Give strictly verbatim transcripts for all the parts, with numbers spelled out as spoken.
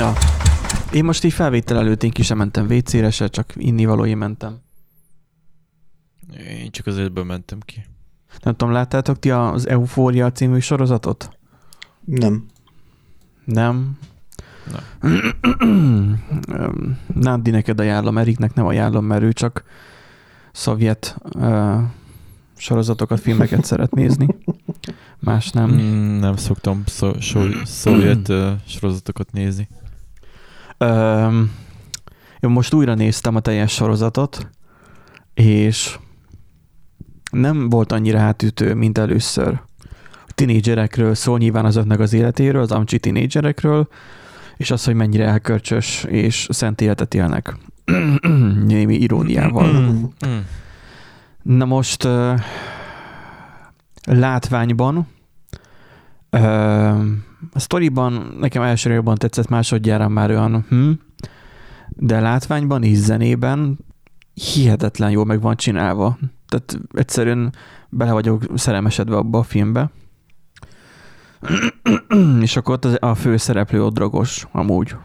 Ja. Én most így felvétel előtt én ki sem mentem vécére se, csak innivalói mentem. Én csak az ötből mentem ki. Nem tudom, láttátok ti az Eufória című sorozatot? Nem. Nem? Nem. Nádi, neked ajánlom, Eriknek nem ajánlom, mert ő csak szovjet uh, sorozatokat, filmeket szeret nézni. Más nem. Mm, nem szoktam szó, so, szovjet uh, sorozatokat nézni. Uh, én most újra néztem a teljes sorozatot, és nem volt annyira hátütő, mint először. A tinédzserekről szól, nyilván azoknak az életéről, az amcsi tinédzserekről, és az, hogy mennyire elkölcsös és szent életet élnek. Némi iróniával. Na most uh, látványban uh, a sztoriban nekem elsőre jobban tetszett, másodjára már olyan hm, de látványban és zenében hihetetlen jól meg van csinálva. Tehát egyszerűen bele vagyok szerelmesedve abba a filmbe. És akkor ott a főszereplő ott drogos, amúgy.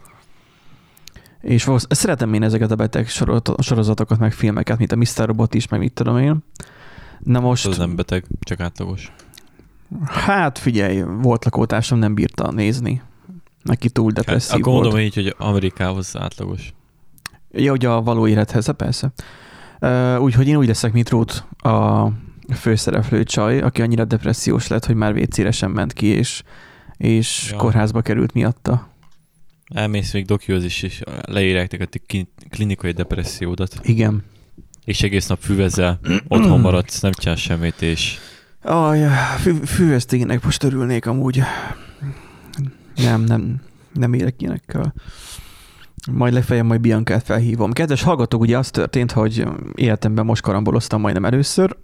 És szeretem én ezeket a beteg sorozatokat, meg filmeket, mint a miszter Robot is, meg mit tudom én. Na most... Az nem beteg, csak átlagos. Hát figyelj, volt lakótársam, nem bírta nézni. Neki túl depresszív hát, akkor volt. mondom így, hogy Amerikához átlagos. Ja, ugye a való élethez, persze. Uh, úgyhogy én úgy leszek, mint Ruth, a főszereplő csaj, aki annyira depressziós lett, hogy már vécére sem ment ki, és, és ja. kórházba került miatta. Elmész még dokihoz is, és leírják neked a klinikai depressziódat. Igen. És egész nap füvezel, otthon maradsz, nem csinálsz semmit, és... Aj, fü- füveszténynek most örülnék amúgy. Nem, nem, nem érek ilyenekkel. Majd legfeljebb majd Biancát felhívom. Kedves hallgatók, ugye az történt, hogy életemben most karamboloztam majdnem először.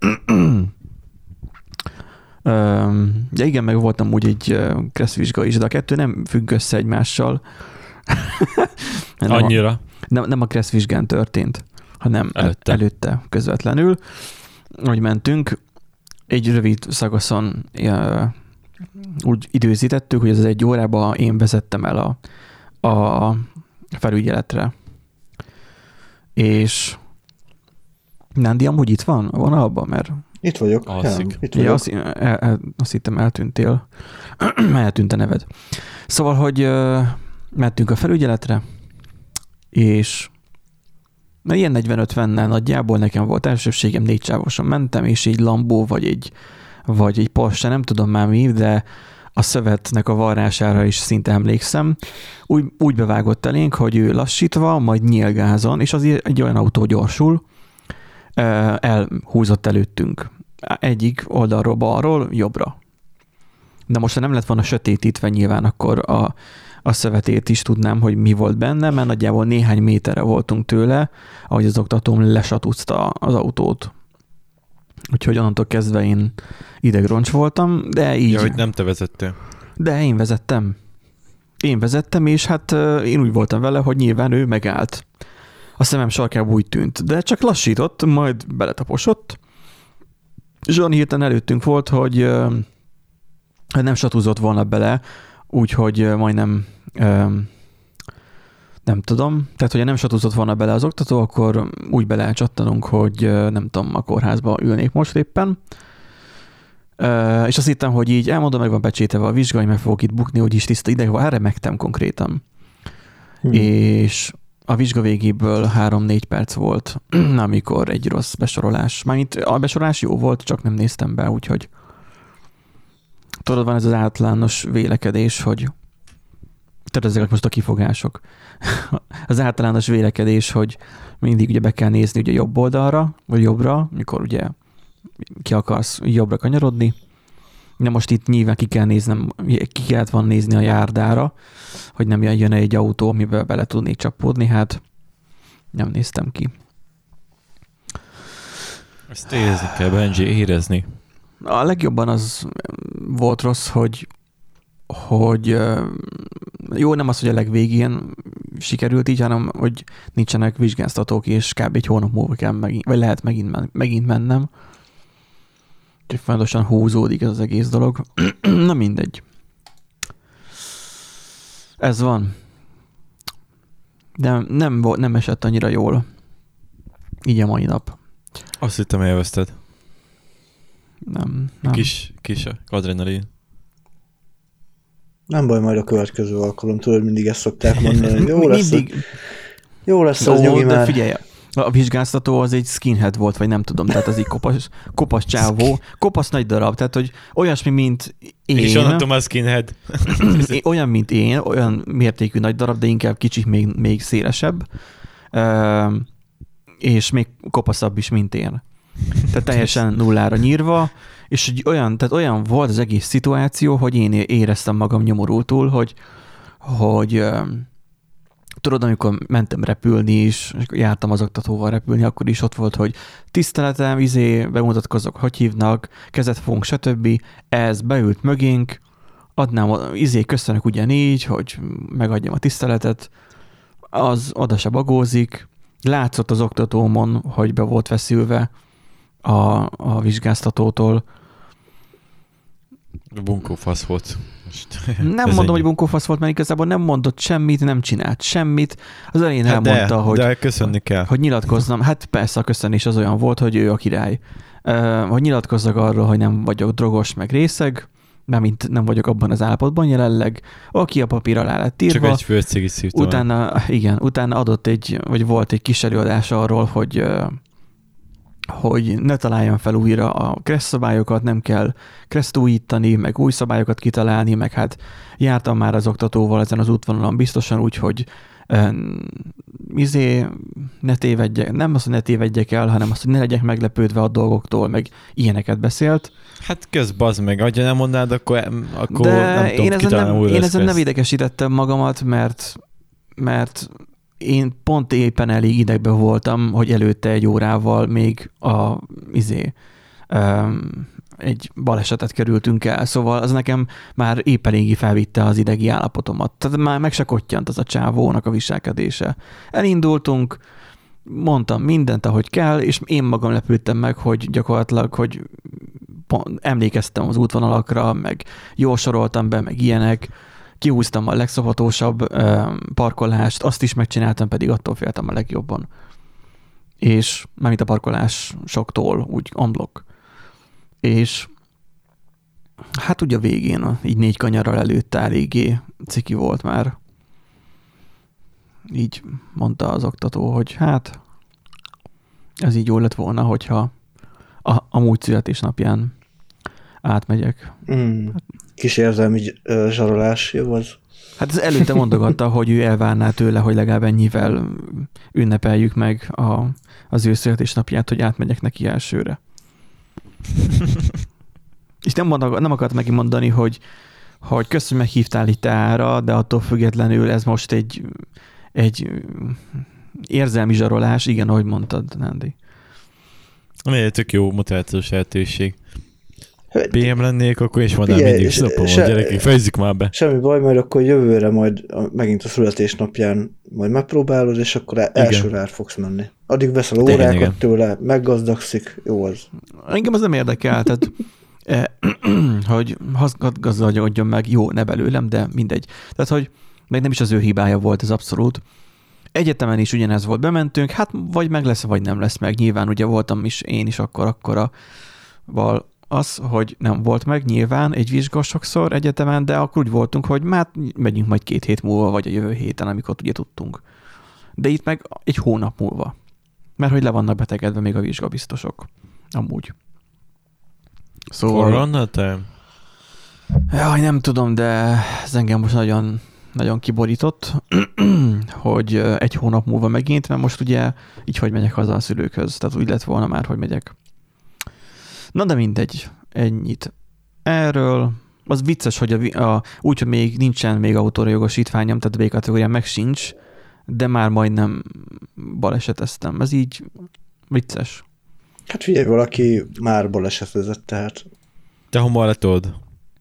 De igen, meg voltam úgy egy kresszvizsga is, de a kettő nem függ össze egymással. Annyira? Nem a, nem, nem a kresszvizsgán történt, hanem előtte. előtte közvetlenül. Hogy mentünk, egy rövid szakaszon úgy időzítettük, hogy ez az egy órában én vezettem el a, a felügyeletre. És Nándi amúgy itt van? Van abban, mert... Itt vagyok. Alszik. Ja, itt vagyok. Ja, azt, el, el, azt hittem eltűntél. Eltűnt a neved. Szóval, hogy uh, mentünk a felügyeletre, és na, ilyen negyven-ötvennel nagyjából nekem volt elsőségem, négy sávoson mentem, és egy Lambó, vagy egy, vagy egy Porsche, nem tudom már mi, de a szövetnek a varrására is szinte emlékszem. Úgy, úgy bevágott elénk, hogy ő lassítva, majd nyílgázon, és azért egy olyan autó gyorsul, elhúzott előttünk. Egyik oldalról balról, jobbra. De most, ha nem lett volna sötétítve, nyilván akkor a, a szövetét is tudnám, hogy mi volt benne, mert nagyjából néhány méterre voltunk tőle, ahogy az oktatóm lesatúzta az autót. Úgyhogy onnantól kezdve én idegroncs voltam, de így... Ja, hogy nem te vezettél. De én vezettem. Én vezettem, és hát én úgy voltam vele, hogy nyilván ő megállt. A szemem sarkában úgy tűnt, de csak lassított, majd beletaposott. Zson hirtelen előttünk volt, hogy nem satúzott volna bele, úgyhogy majdnem nem tudom. Tehát, hogyha nem satúzott volna bele az oktató, akkor úgy bele csattanunk, hogy nem tudom, a kórházba ülnék most éppen. És azt hittem, hogy így elmondom, meg van becsételve a vizsga, hogy meg fogok itt bukni, hogy is tiszta ideg van, remegtem konkrétan. Hmm. És a vizsga végéből három-négy perc volt, amikor egy rossz besorolás. Mármint a besorolás jó volt, csak nem néztem be, úgyhogy tudod, van ez az általános vélekedés, hogy tehát ezek most a kifogások. Az általános vélekedés, hogy mindig ugye be kell nézni ugye jobb oldalra, vagy jobbra, mikor ugye ki akarsz jobbra kanyarodni. De most itt nyilván ki kell néznem, ki kellett van nézni a járdára, hogy nem jön egy autó, amiben bele tudnék csapódni, hát nem néztem ki. Ezt érezni kell, Benji, érezni. A legjobban az volt rossz, hogy hogy jó, nem az, hogy a legvégén sikerült így, hanem hogy nincsenek vizsgáztatók, és kb. Egy hónap múlva kell megint, vagy lehet megint, megint mennem. Úgyhogy folyamatosan húzódik ez az egész dolog. Na mindegy. Ez van. De nem, vo- nem esett annyira jól. Így a mai nap. Azt hittem, elveszted. Nem, nem. Kis, kis adrenalin. Nem baj, majd a következő alkalom, tudod, mindig ezt szokták mondani, hogy jó lesz, Mindig... jó lesz az nyugi de már. figyelj, a vizsgáztató az egy skinhead volt, vagy nem tudom, tehát az egy kopas, kopas csávó, kopasz nagy darab, tehát hogy olyasmi, mint én. És onnantól a skinhead. Olyan, mint én, olyan mértékű nagy darab, de inkább kicsit még, még szélesebb, uh, és még kopaszabb is, mint én. Tehát teljesen nullára nyírva, és egy olyan, tehát olyan volt az egész szituáció, hogy én éreztem magam nyomorultul, hogy, hogy uh, tudod, amikor mentem repülni is, és jártam az oktatóval repülni, akkor is ott volt, hogy tiszteletem, izé, bemutatkozok, hogy hívnak, kezet fogunk, stb. Ez beült mögénk, adnám, izé, köszönök ugyanígy, hogy megadjam a tiszteletet, az oda se bagózik, látszott az oktatómon, hogy be volt feszülve a, a vizsgáztatótól. Bunkófasz volt. Most nem mondom, hogy bunkófasz volt, mert igazából nem mondott semmit, nem csinált semmit. Az elején hát elmondta, de, hogy, de köszönni kell. hogy nyilatkoznom. Hát persze a köszönés az olyan volt, hogy ő a király. Uh, hogy nyilatkozzak arról, hogy nem vagyok drogos, meg részeg, mert mint nem vagyok abban az állapotban jelenleg, aki a papír alá lett írva. Csak egy főcég is szívtam. Utána, igen, utána adott egy, vagy volt egy kis előadás arról, hogy uh, hogy ne találjam fel újra a kressz szabályokat, nem kell kreszt újítani, meg új szabályokat kitalálni, meg hát jártam már az oktatóval ezen az útvonalon biztosan úgy, hogy um, izé, ne tévedjek, nem az, hogy ne tévedjek el, hanem az, hogy ne legyek meglepődve a dolgoktól, meg ilyeneket beszélt. Hát kösz, bazd meg, adja nem mondád, akkor, akkor De nem tudom, én ezen kitalálni nem, újra én ezen nem ezt. idegesítettem magamat, mert, mert én pont éppen elég idegbe voltam, hogy előtte egy órával még a, izé, um, egy balesetet kerültünk el, szóval az nekem már épp eléggé felvitte az idegi állapotomat. Tehát már meg se kottyant az a csávónak a viselkedése. Elindultunk, mondtam mindent, ahogy kell, és én magam lepődtem meg, hogy gyakorlatilag, hogy emlékeztem az útvonalakra, meg jól soroltam be, meg ilyenek, kihúztam a legszabhatósabb parkolást, azt is megcsináltam, pedig attól féltem a legjobban. És mármint a parkolás soktól, úgy unblock. És hát ugye a végén, így négy kanyarral előtte eléggé ciki volt már. Így mondta az oktató, hogy hát ez így jól lett volna, hogyha a, amúgy születésnapján átmegyek. Mm. Kis érzelmi zsarolás, jó az. Hát ez előtte mondogatta, hogy ő elvárná tőle, hogy legalább ennyivel ünnepeljük meg a, az ő születésnapját, hogy átmegyek neki elsőre. És nem, mondag, nem akart megint mondani, hogy, hogy köszönöm, meghívtál itt ára, de attól függetlenül ez most egy, egy érzelmi zsarolás, igen, ahogy mondtad, Nándi. Ami tök jó motivációs lehetőség. pé em lennék, akkor is mondanám Figyelj, mindig, szopom, se- gyerekek, fejezzük már be. Semmi baj, majd akkor jövőre majd a, megint a születésnapján majd megpróbálod, és akkor el- elsőre el fogsz menni. Addig veszel Igen, órákat igen. tőle, meggazdagszik, jó az. Engem az nem érdekel, tehát eh, hogy gazdagodjon meg, jó, ne belőlem, de mindegy. Tehát, hogy meg nem is az ő hibája volt ez abszolút. Egyetemen is ugyanez volt, bementünk, hát vagy meg lesz, vagy nem lesz meg. Nyilván ugye voltam is én is akkor akkora val az, hogy nem volt meg nyilván egy vizsga sokszor egyetemen, de akkor úgy voltunk, hogy már megyünk majd két hét múlva, vagy a jövő héten, amikor ugye tudtunk. De itt meg egy hónap múlva. Mert hogy le vannak betegedve még a vizsgabiztosok. Amúgy. Szóval... Corona time? Jaj, nem tudom, de ez engem most nagyon, nagyon kiborított, hogy egy hónap múlva megint, mert most ugye így, hogy megyek haza a szülőkhöz. Tehát úgy lett volna már, hogy megyek. Na de mindegy, ennyit. Erről az vicces, hogy a, a, úgy, hogy még nincsen még autóra jogosítványom, tehát B kategórián meg sincs, de már majdnem baleseteztem. Ez így vicces. Hát figyelj, valaki már balesetezett, tehát... Te hamar letolod.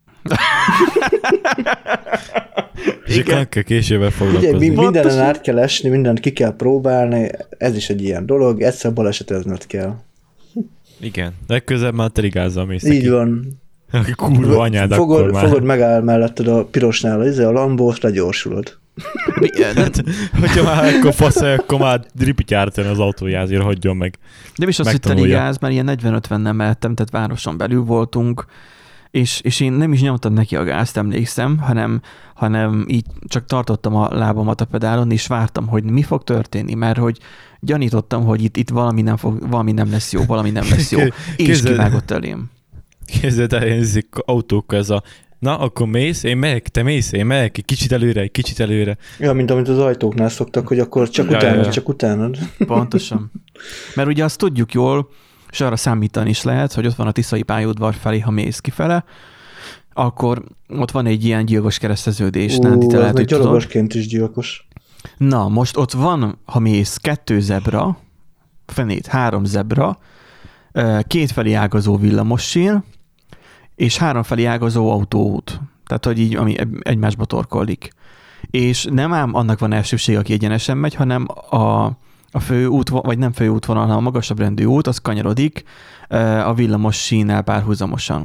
És akkor nem kell később foglalkozni. Ugye, mi, mindenen át kell esni, mindent ki kell próbálni, ez is egy ilyen dolog, egyszer balesetezned kell. Igen, legközelebb már terigázzal mész Így neki. van. Kurva anyád, fogod, akkor már. Fogod, megáll melletted a pirosnál az, a lambót, legyorsulod. Hát, hogyha már akkor faszolja, akkor már dripityártani az autójázért, hagyjon meg. De is az, hogy teli gáz, mert ilyen negyven-ötvennel mehettem, tehát városon belül voltunk, és, és én nem is nyomtam neki a gázt, emlékszem, hanem, hanem így csak tartottam a lábamat a pedálon, és vártam, hogy mi fog történni, mert hogy gyanítottam, hogy itt, itt valami, nem fog, valami nem lesz jó, valami nem lesz jó, és kivágott elém. Képzeld el, ezek autókkal ez a na, akkor mész, én megyek, te mész, én megyek, egy kicsit előre, egy kicsit előre. Ja, mint amit az ajtóknál szoktak, hogy akkor csak ja, utánad, ja, ja. csak utánad. Pontosan. Mert ugye azt tudjuk jól, és arra számítani is lehet, hogy ott van a Tiszai pályaudvar felé, ha mész kifele, akkor ott van egy ilyen gyilkos kereszteződés. Ó, Nándi, az meg gyalogosként is gyilkos. Na, most ott van, ha mész, kettő zebra, fenét, három zebra, kétfelé ágazó villamossín, és háromfelé ágazó autóút. Tehát, hogy így, ami egymásba torkollik. És nem ám annak van elsőség, aki egyenesen megy, hanem a, a főút, vagy nem főútvonal, hanem a magasabb rendű út, az kanyarodik a villamos sínnel párhuzamosan.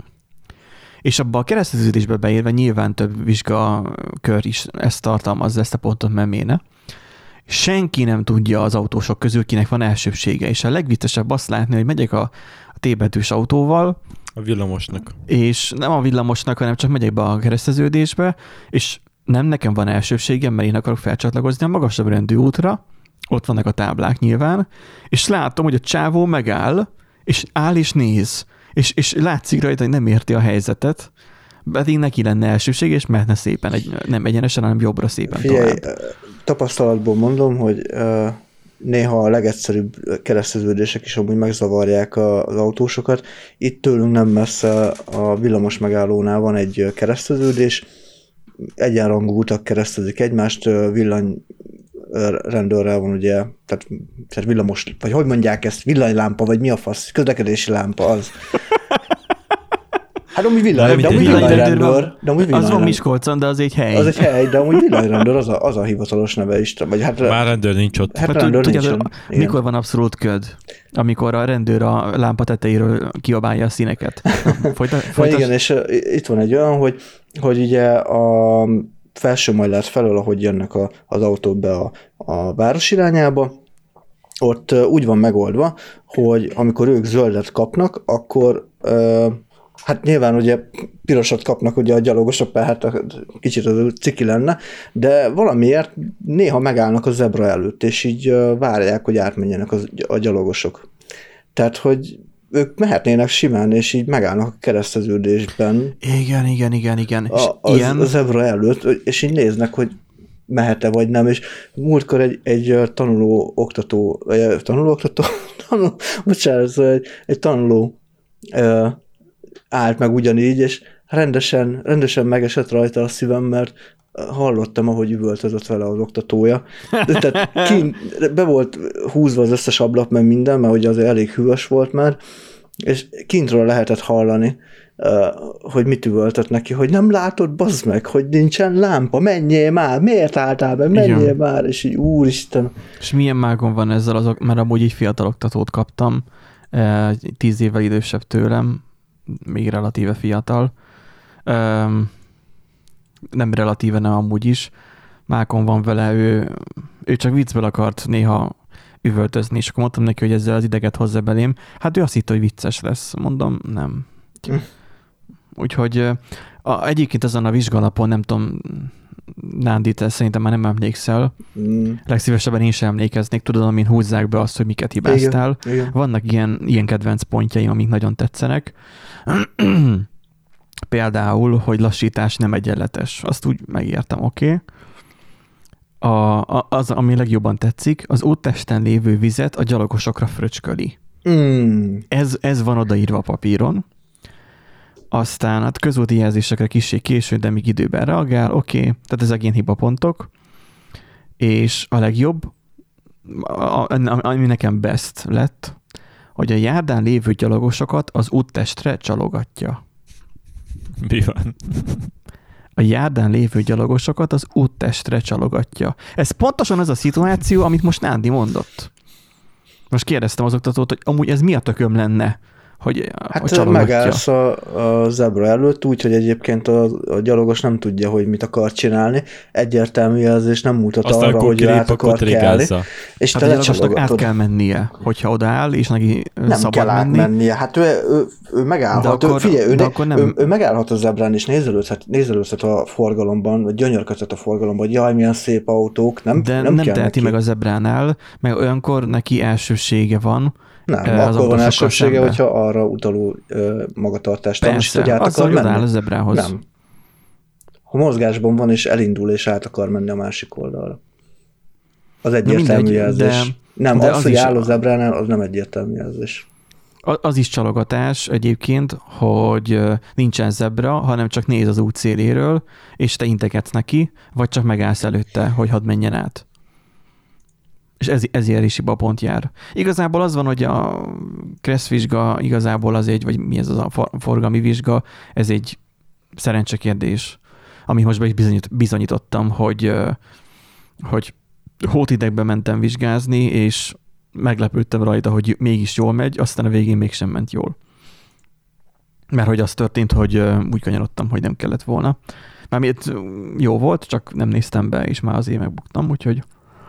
És abba a kereszteződésbe beérve nyilván több vizsgakör is ezt tartalmazza, ezt a pontot meméne. Senki nem tudja az autósok közül, kinek van elsőbsége, és a legviccesebb azt látni, hogy megyek a T-betűs autóval, a villamosnak. És nem a villamosnak, hanem csak megyek be a kereszteződésbe, és nem nekem van elsőbségem, mert én akarok felcsatlakozni a magasabb rendű útra, ott vannak a táblák nyilván, és látom, hogy a csávó megáll, és áll és néz, és, és látszik rajta, hogy nem érti a helyzetet, pedig neki lenne elsőség, és mehetne szépen, egy, nem egyenesen, hanem jobbra szépen Figyelj, tovább. Tapasztalatból mondom, hogy uh, néha a legegyszerűbb kereszteződések is amúgy megzavarják az autósokat. Itt tőlünk nem messze a villamos megállónál van egy kereszteződés, egyenrangú utak keresztezik egymást, villany rendőrrel van ugye, tehát, tehát villamos, vagy hogy mondják ezt, villanylámpa, vagy mi a fasz, közlekedési lámpa az. Hát amúgy villany, de amúgy villanyrendőr. Az van Miskolcon, de az egy hely. Az egy hely, de amúgy villanyrendőr, az a, az a hivatalos neve is. Vagy hát, már rendőr nincs ott. Hát rendőr tudja, nincsen. Mikor van abszolút köd? Amikor a rendőr a lámpa tetejéről kiabálja a színeket. Folyta, folytas... Igen, és itt van egy olyan, hogy, hogy ugye a felső majlát felől, ahogy jönnek a, az autók be a, a város irányába, ott úgy van megoldva, hogy amikor ők zöldet kapnak, akkor hát nyilván ugye pirosat kapnak ugye a gyalogosok, mert hát kicsit az ciki lenne, de valamiért néha megállnak a zebra előtt, és így várják, hogy átmenjenek a gyalogosok. Tehát, hogy ők mehetnének simán, és így megállnak a kereszteződésben. Igen, igen, igen, igen. A, az, Ilyen... a zebra előtt, és így néznek, hogy mehet-e vagy nem, és múltkor egy, egy tanuló oktató, vagy tanuló oktató, tanuló, bocsánat, egy, egy tanuló uh, állt meg ugyanígy, és rendesen, rendesen megesett rajta a szívem, mert hallottam, ahogy üvöltözött vele az oktatója. De tehát ki, be volt húzva az összes ablak, meg minden, mert ugye azért elég hűvös volt már, és kintről lehetett hallani, hogy mit üvöltött neki, hogy nem látod, bazd meg, hogy nincsen lámpa, menjél már, miért álltál be, menjél igen. már, és így úristen. És milyen mágon van ezzel azok, mert amúgy így fiatal oktatót kaptam, tíz évvel idősebb tőlem, még relatíve fiatal. Nem relatíve, nem amúgy is. Mákon van vele, ő, ő csak viccből akart néha üvöltözni, és akkor mondtam neki, hogy ezzel az ideget hozza belém. Hát ő azt hitt, hogy vicces lesz. Mondom, nem. Hm. Úgyhogy a, egyébként azon a vizsgalapon, nem tudom, Nándi, te szerintem már nem emlékszel. Mm. Legszívesebben én sem emlékeznék, tudod, amin húzzák be azt, hogy miket hibáztál. Igen, igen. Vannak ilyen, ilyen kedvenc pontjaim, amik nagyon tetszenek. Például, hogy lassítás nem egyenletes. Azt úgy megértem, oké. Okay. Az, ami legjobban tetszik, az úttesten lévő vizet a gyalogosokra fröcsköli. Mm. Ez, ez van odaírva a papíron. Aztán hát közúti jelzésekre kissé késő, de még időben reagál, oké. Okay. Tehát ezek ilyen hibapontok. És a legjobb, ami nekem best lett, hogy a járdán lévő gyalogosokat az úttestre csalogatja. Mi van? A járdán lévő gyalogosokat az úttestre csalogatja. Ez pontosan az a szituáció, amit most Nándi mondott. Most kérdeztem az oktatót, hogy amúgy ez mi a tököm lenne, hogy hát megállsz a, a zebra előtt úgy, hogy egyébként a, a gyalogos nem tudja, hogy mit akar csinálni. Egyértelmű jelzés nem mutat aztán arra, hogy ő át akar kelni. És hát te a gyalogosnak át lecsalogatod. kell mennie, hogyha odaáll, és neki Nem szabad kell menni. átmennie. Hát ő, ő, ő megállhat. De akkor- ő, figyelj, ő, de ne, akkor nem- ő, ő megállhat a zebrán, és nézelődhet, nézelődhet a forgalomban, vagy gyönyörködhet a forgalomban, hogy jaj, milyen szép autók. Nem, De nem, nem kell teheti neki. meg a zebránál, meg olyankor neki elsősége van. Nem, az akkor van autósokkal elsőbsége, szembe. hogyha arra utaló ö, magatartást tanúsít, hogy Persze, át azzal, akar hogy odaáll menni. a zebrához. Nem. Ha mozgásban van, és elindul, és át akar menni a másik oldalra. Az egyértelmű mindegy, jelzés. de- nem, de az, az hogy is- áll a zebránál, az nem egyértelmű jelzés. A- Az is csalogatás egyébként, hogy ö, nincsen zebra, hanem csak néz az út széléről, és te integetsz neki, vagy csak megállsz előtte, hogy hadd menjen át. És ez, ezért is hiba pont jár. Igazából az van, hogy a Kressz vizsga igazából az egy, vagy mi ez az a for- forgalmi vizsga, ez egy szerencsekérdés, ami most be is bizonyít, bizonyítottam, hogy, ö, hogy hótidegben mentem vizsgázni, és meglepődtem rajta, hogy mégis jól megy, aztán a végén mégsem ment jól. Mert hogy az történt, hogy ö, úgy kanyarodtam, hogy nem kellett volna. Mármint jó volt, csak nem néztem be, és már azért megbuktam, úgyhogy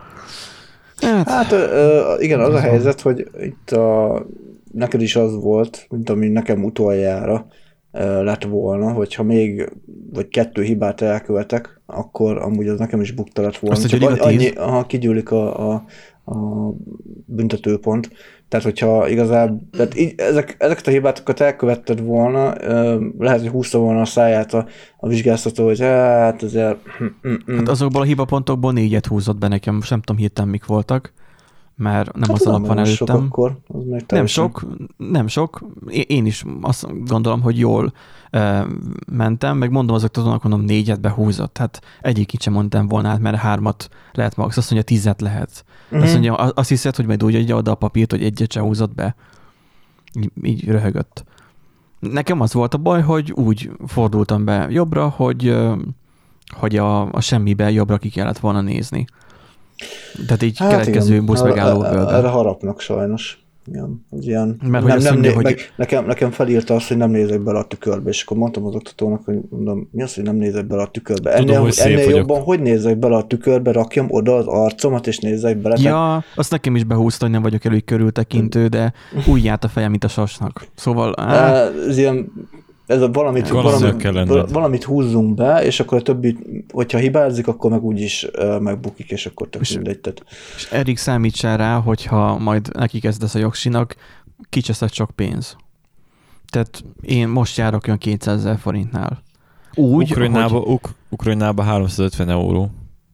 hát, Hát ö, igen, az a Ez van. helyzet, hogy itt a, neked is az volt, mint ami nekem utoljára ö, lett volna, hogyha még vagy kettő hibát elkövetek, akkor amúgy az nekem is bukta lett volna. Azt, Csak hogy annyi, a tíz? annyi, aha, kigyűlik a, a, a büntetőpont. Tehát, hogyha igazából, tehát így, ezek, ezeket a hibátokat elkövetted volna, ö, lehet, hogy húzta volna a száját a, a vizsgáztató, hogy hát ezért... hát azokból a hibapontokból négyet húzott be nekem, most nem tudom hirtelen mik voltak, mert nem Hát az nem alap van olyan sok előttem. akkor, az még Nem teljesen- sok, nem sok. Én én is azt gondolom, hogy jól uh, mentem, meg mondom az oktatónak, mondom négyet behúzott. Hát egyikit sem mondtam volna át, mert hármat lehet max. Azt mondja, tízet lehet. Mhm. Azt mondja, azt hiszed, hogy majd úgy adja oda a papírt, hogy egyet sem húzott be. Így, így röhögött. Nekem az volt a baj, hogy úgy fordultam be jobbra, hogy, ö, hogy a, a semmibe jobbra ki kellett volna nézni. Tehát így hát keletkező igen, busz erre- megálló erre- bőlbe. Erre harapnak sajnos. Igen, az ilyen, Mert hogy azt nem, mondja, né- hogy- meg, nekem, nekem felírta azt, hogy nem nézek bele a tükörbe, és akkor mondtam az oktatónak, hogy mondom, mi az, hogy nem nézek bele a tükörbe? Tudom, Ennél, hogy szép ennél vagyok. jobban, hogy nézek bele a tükörbe, rakjam oda az arcomat, és nézek bele. Tehát, Ja, azt nekem is behúzta, hogy nem vagyok elég körültekintő, de úgy járt a fejem, mint a sasnak. Szóval, á, ez ilyen, ez a valamit, Galambnak kell valamit, lenned. valamit húzzunk be, és akkor a többit, hogyha hibázik, akkor meg úgyis uh, megbukik, és akkor tök És- mindegy. Tehát, és Erik számítsál rá, hogyha majd neki kezdesz a jogsinak, kicseszed csak pénz. Tehát én most járok olyan kétszázezer forintnál. Úgy, Ukrajnába, uk, Ukrajnába háromszázötven euró.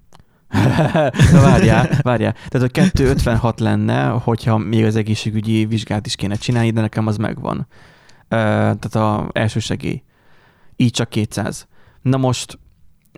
Na várjál, várjál. Tehát a kétszázötvenhat lenne, hogyha még az egészségügyi vizsgát is kéne csinálni, de nekem az megvan. Ö, Tehát a első segély. Így csak kétszáz. Na most, ö,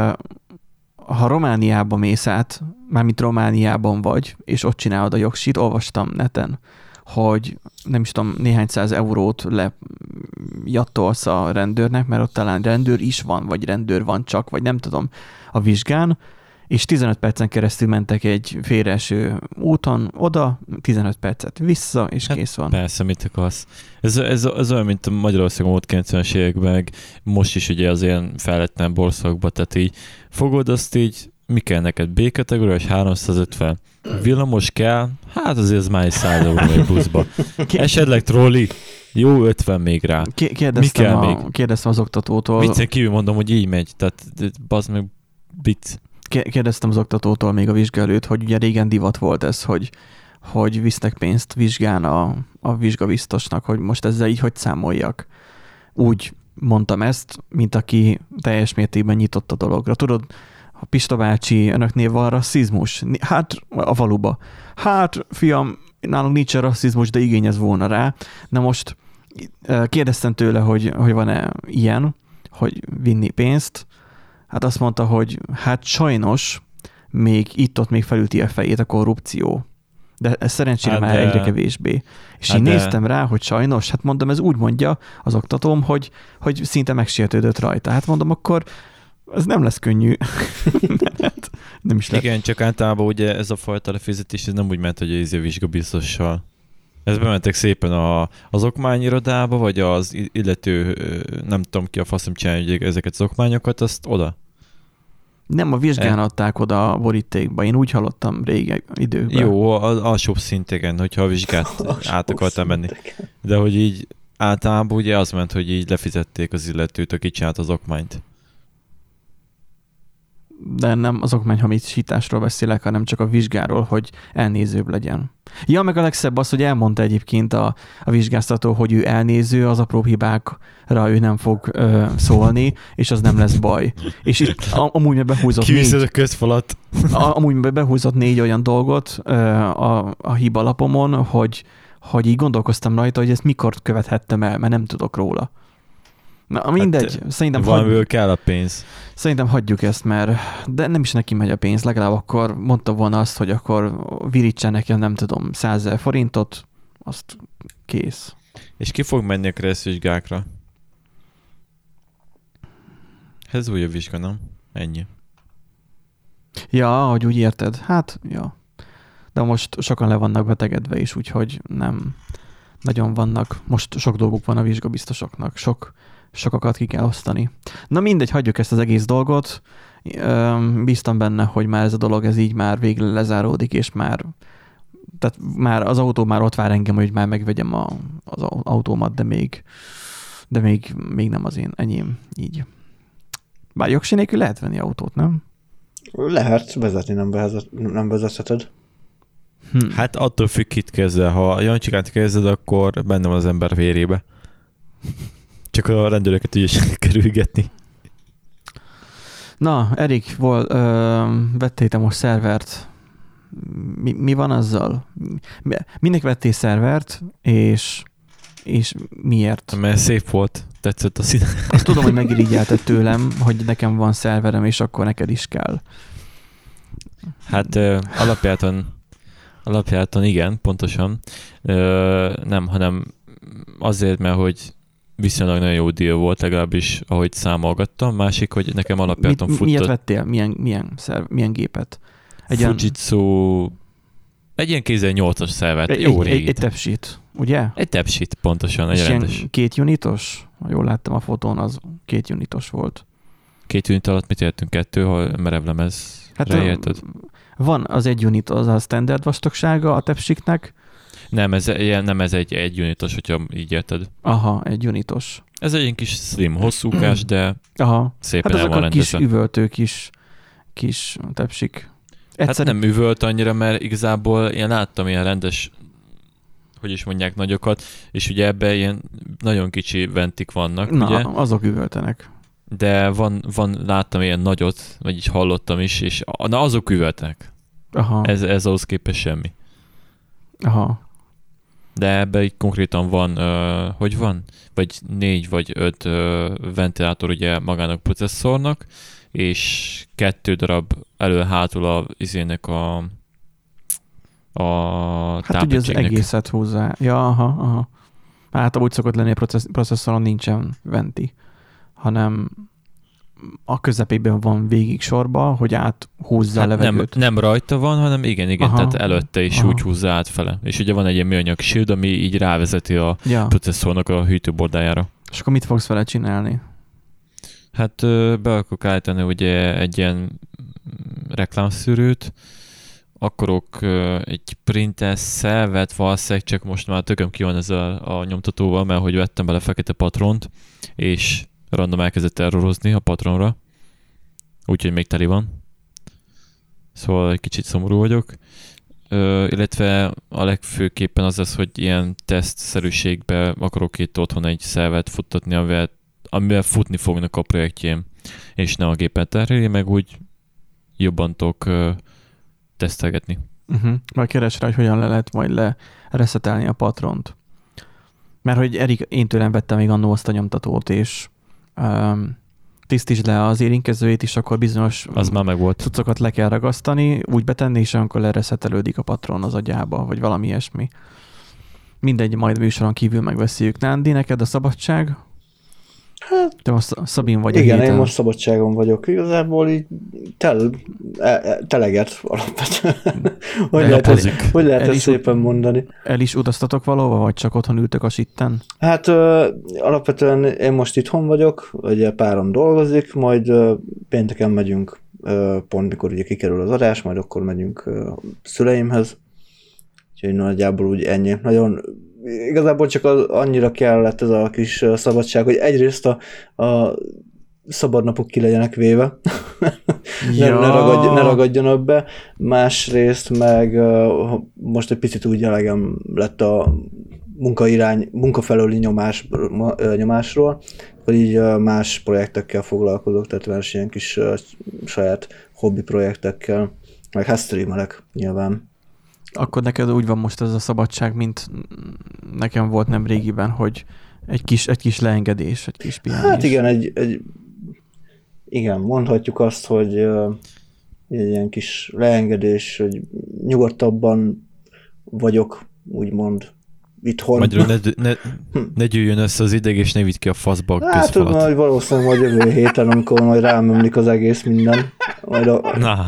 ha Romániába mész át, mármint Romániában vagy, és ott csinálod a jogsit, olvastam neten, hogy nem is tudom, néhány száz eurót lejattolsz a rendőrnek, mert ott talán rendőr is van, vagy rendőr van csak, vagy nem tudom, a vizsgán, és tizenöt percen keresztül mentek egy félreeső úton oda, tizenöt percet vissza, és Hát kész van. Persze, mit akarsz. Ez, ez, ez olyan, mint a Magyarországon volt kilencvenes években, meg most is ugye az ilyen fejlettebb országban, tehát így fogod azt így, mi kell neked? B-kategóriás háromszázötven. Villamos kell? Hát azért ez már egy száz euró egy buszba. Esetleg trolli? Jó, ötven még rá. Ké- Kérdeztem, kell a, még? kérdeztem az oktatótól, Viccen kívül mondom, hogy így megy. Tehát bazd meg vicc. ké- kérdeztem az oktatótól még a vizsga előtt, hogy ugye régen divat volt ez, hogy, hogy visznek pénzt vizsgán a, a vizsgabiztosnak, hogy most ezzel így hogy számoljak. Úgy mondtam ezt, mint aki teljes mértékben nyitott a dologra. Tudod, a Pista bácsi, önöknél van rasszizmus? Hát a faluba. Hát, fiam, nálunk nincs rasszizmus, de igény ez volna rá. Na most kérdeztem tőle, hogy, hogy van-e ilyen, hogy vinni pénzt. Hát azt mondta, hogy hát sajnos még itt-ott még felüti a fejét a korrupció. De ez szerencsére Hát már de- egyre kevésbé. És hát így de- néztem rá, hogy sajnos, hát mondom, ez úgy mondja az oktatóm, hogy, hogy szinte megsértődött rajta. Hát mondom, akkor ez nem lesz könnyű. Hát, nem is lett. Igen, csak általában ugye ez a fajta lefizetés ez nem úgy ment, hogy ez a vizsgabiztossal. Ez bementek szépen a, az okmányirodába, vagy az illető, nem tudom ki a faszom csinálja ezeket az okmányokat, azt oda? Nem, a vizsgán e... adták oda a borítékba. Én úgy hallottam régen időben. Jó, az alsóbb szinteken, hogyha a vizsgát át akartam menni. De hogy így általában ugye az ment, hogy így lefizették az illetőt, aki csinált az okmányt. De nem az okmányhamisításról beszélek, hanem csak a vizsgáról, hogy elnézőbb legyen. Ja, meg a legszebb az, hogy elmondta egyébként a, a vizsgáztató, hogy ő elnéző, az apró hibákra ő nem fog ö, szólni, és az nem lesz baj. És itt amúgy meg behúzott négy... a közfalat. A, amúgy meg behúzott négy olyan dolgot ö, a, a hibalapomon, hogy, hogy így gondolkoztam rajta, hogy ezt mikor követhettem el, mert nem tudok róla. Na mindegy, hát, szerintem valamiből hagy... kell a pénz. Szerintem hagyjuk ezt, mert de nem is neki megy a pénz, legalább akkor mondta volna azt, hogy akkor virítsen neki, nem tudom, százezer forintot, azt kész. És ki fog menni a kresszvizsgákra? Ez újabb vizsga, nem? Ennyi. Ja, hogy úgy érted. Hát, ja. De most sokan le vannak betegedve is, úgyhogy nem nagyon vannak. Most sok dolguk van a vizsgabiztosoknak. Sok sokakat ki kell osztani. Na mindegy, hagyjuk ezt az egész dolgot. Bíztam benne, hogy már ez a dolog, ez így már végre lezáródik, és már, tehát már az autó már ott vár engem, hogy már megvegyem a, az autómat, de még, de még, még nem az én enyém így. Bár jogsi nélkül lehet venni autót, nem? Lehet, vezetni nem, vezet, nem vezetheted. Hm. Hát attól függ, kit kezdel. Ha Jancsikát kezded, akkor benne van az ember vérébe. Csak a rendőröket ügyesen kerülgetni. Na, Erik, vol, ö, vettél te most szervert. Mi, mi van azzal? Minek vettél szervert, és, és miért? Mert szép volt, tetszett a színe. Azt tudom, hogy megirigyelted tőlem, hogy nekem van szerverem, és akkor neked is kell. Hát ö, alapjáton, alapjáton igen, pontosan. Ö, nem, hanem azért, mert hogy viszonylag nagyon jó deal volt, legalábbis ahogy számolgattam. Másik, hogy nekem alapjáton Mit, futtott... Miért vettél? Milyen, milyen, szerv, milyen gépet? Egy Fujitsu... Egy ilyen kézzel nyolcas szervert. Egy, jó egy, egy, egy tepsit, ugye? Egy tepsit, pontosan. Egy és rendes. Ilyen két unitos? Ha jól láttam a fotón, az két unitos volt. Két unit alatt mit értünk? Kettő, ha merevlemez hát a, van az egy unit, az a standard vastagsága a tepsiknek. Nem, ez, nem, ez egy, egy unitos, hogyha így érted. Aha, egy unitos. Ez egy kis slim, hosszúkás, de aha. szépen hát el van a rendezve. Kis üvöltő kis, kis tepsik. Egyszer... Hát nem üvölt annyira, mert igazából én láttam ilyen rendes, hogy is mondják, nagyokat, és ugye ebben ilyen nagyon kicsi ventik vannak, na, ugye? azok üvöltenek. De van, van, láttam ilyen nagyot, vagy így hallottam is, és na azok üvöltenek. Aha. Ez, ez ahhoz képest semmi. Aha. De ebben így konkrétan van, uh, hogy van? Vagy négy vagy öt uh, ventilátor ugye magának processzornak, és kettő darab elő-hátul a izének a, a hát ugye az egészet hozzá. Ja, aha, aha. Hát úgy szokott lenni, a processz, processzoron nincsen venti, hanem a közepében van végig sorba, hogy áthúzza hát a levegőt. Nem, nem rajta van, hanem igen, igen, aha, tehát előtte is aha. úgy húzza átfele. És ugye van egy ilyen műanyag shield, ami így rávezeti a ja. processzornak a hűtőbordájára. És akkor mit fogsz vele csinálni? Hát be akarok állítani ugye egy ilyen reklámszűrőt, akarok egy printer szervet valószínűleg, csak most már tököm ki van ezzel a nyomtatóval, mert hogy vettem bele fekete patront, és random elkezdett errorozni a patronra, úgyhogy még teli van. Szóval egy kicsit szomorú vagyok. Ö, illetve a legfőképpen az lesz, hogy ilyen tesztszerűségbe akarok itt otthon egy szervet futtatni, amivel, amivel futni fognak a projektjém, és ne a gépet terheli, meg úgy jobban tudok ö, tesztelgetni. Uh-huh. Majd keres rá, hogy hogyan le lehet majd lereszetelni a patront. Mert hogy Erik, én tőlem vettem még annó azt a nyomtatót, és um, tisztítsd le az érinkezőjét is, akkor bizonyos az már meg volt. cuccokat le kell ragasztani, úgy betenni, és akkor lereszetelődik a patron az agyába, vagy valami ilyesmi. Mindegy, majd műsoron kívül megbeszéljük. Nándi, neked a szabadság? Hát, te most Szabin vagy igen, a héten. én most szabadságon vagyok. Igazából így tel, teleget alapvetően. Hogy lehet, ez, hogy lehet ezt szépen mondani? El is utaztatok valahova, vagy csak otthon ültök a sitten? Hát ö, alapvetően én most itthon vagyok, ugye párom dolgozik, majd ö, pénteken megyünk, ö, pont mikor ugye kikerül az adás, majd akkor megyünk ö, szüleimhez. Úgyhogy nagyjából úgy ennyi. Nagyon igazából csak az, annyira kellett ez a kis szabadság, hogy egyrészt a, a szabadnapok ki legyenek véve, ja. ne, ne, ragadj, ne ragadjanak be, másrészt meg uh, most egy picit úgy elegem lett a munkairány, munkafelőli nyomás, uh, nyomásról, hogy így uh, más projektekkel foglalkozok, tehát más ilyen kis uh, saját hobbi projektekkel, meg hát streamelek nyilván. Akkor neked úgy van most ez a szabadság, mint nekem volt nem régiben, hogy egy kis, egy kis leengedés, egy kis pihenés. Hát igen, egy, egy igen, mondhatjuk azt, hogy uh, egy ilyen kis leengedés, hogy nyugodtabban vagyok, úgymond itthon. Magyarul ne, ne, ne gyűjjön össze az ideg, és ne vidd ki a faszba a hát, közfalat. Hát valószínűleg majd jövő héten, amikor majd rámömlik az egész minden. Majd a... Na,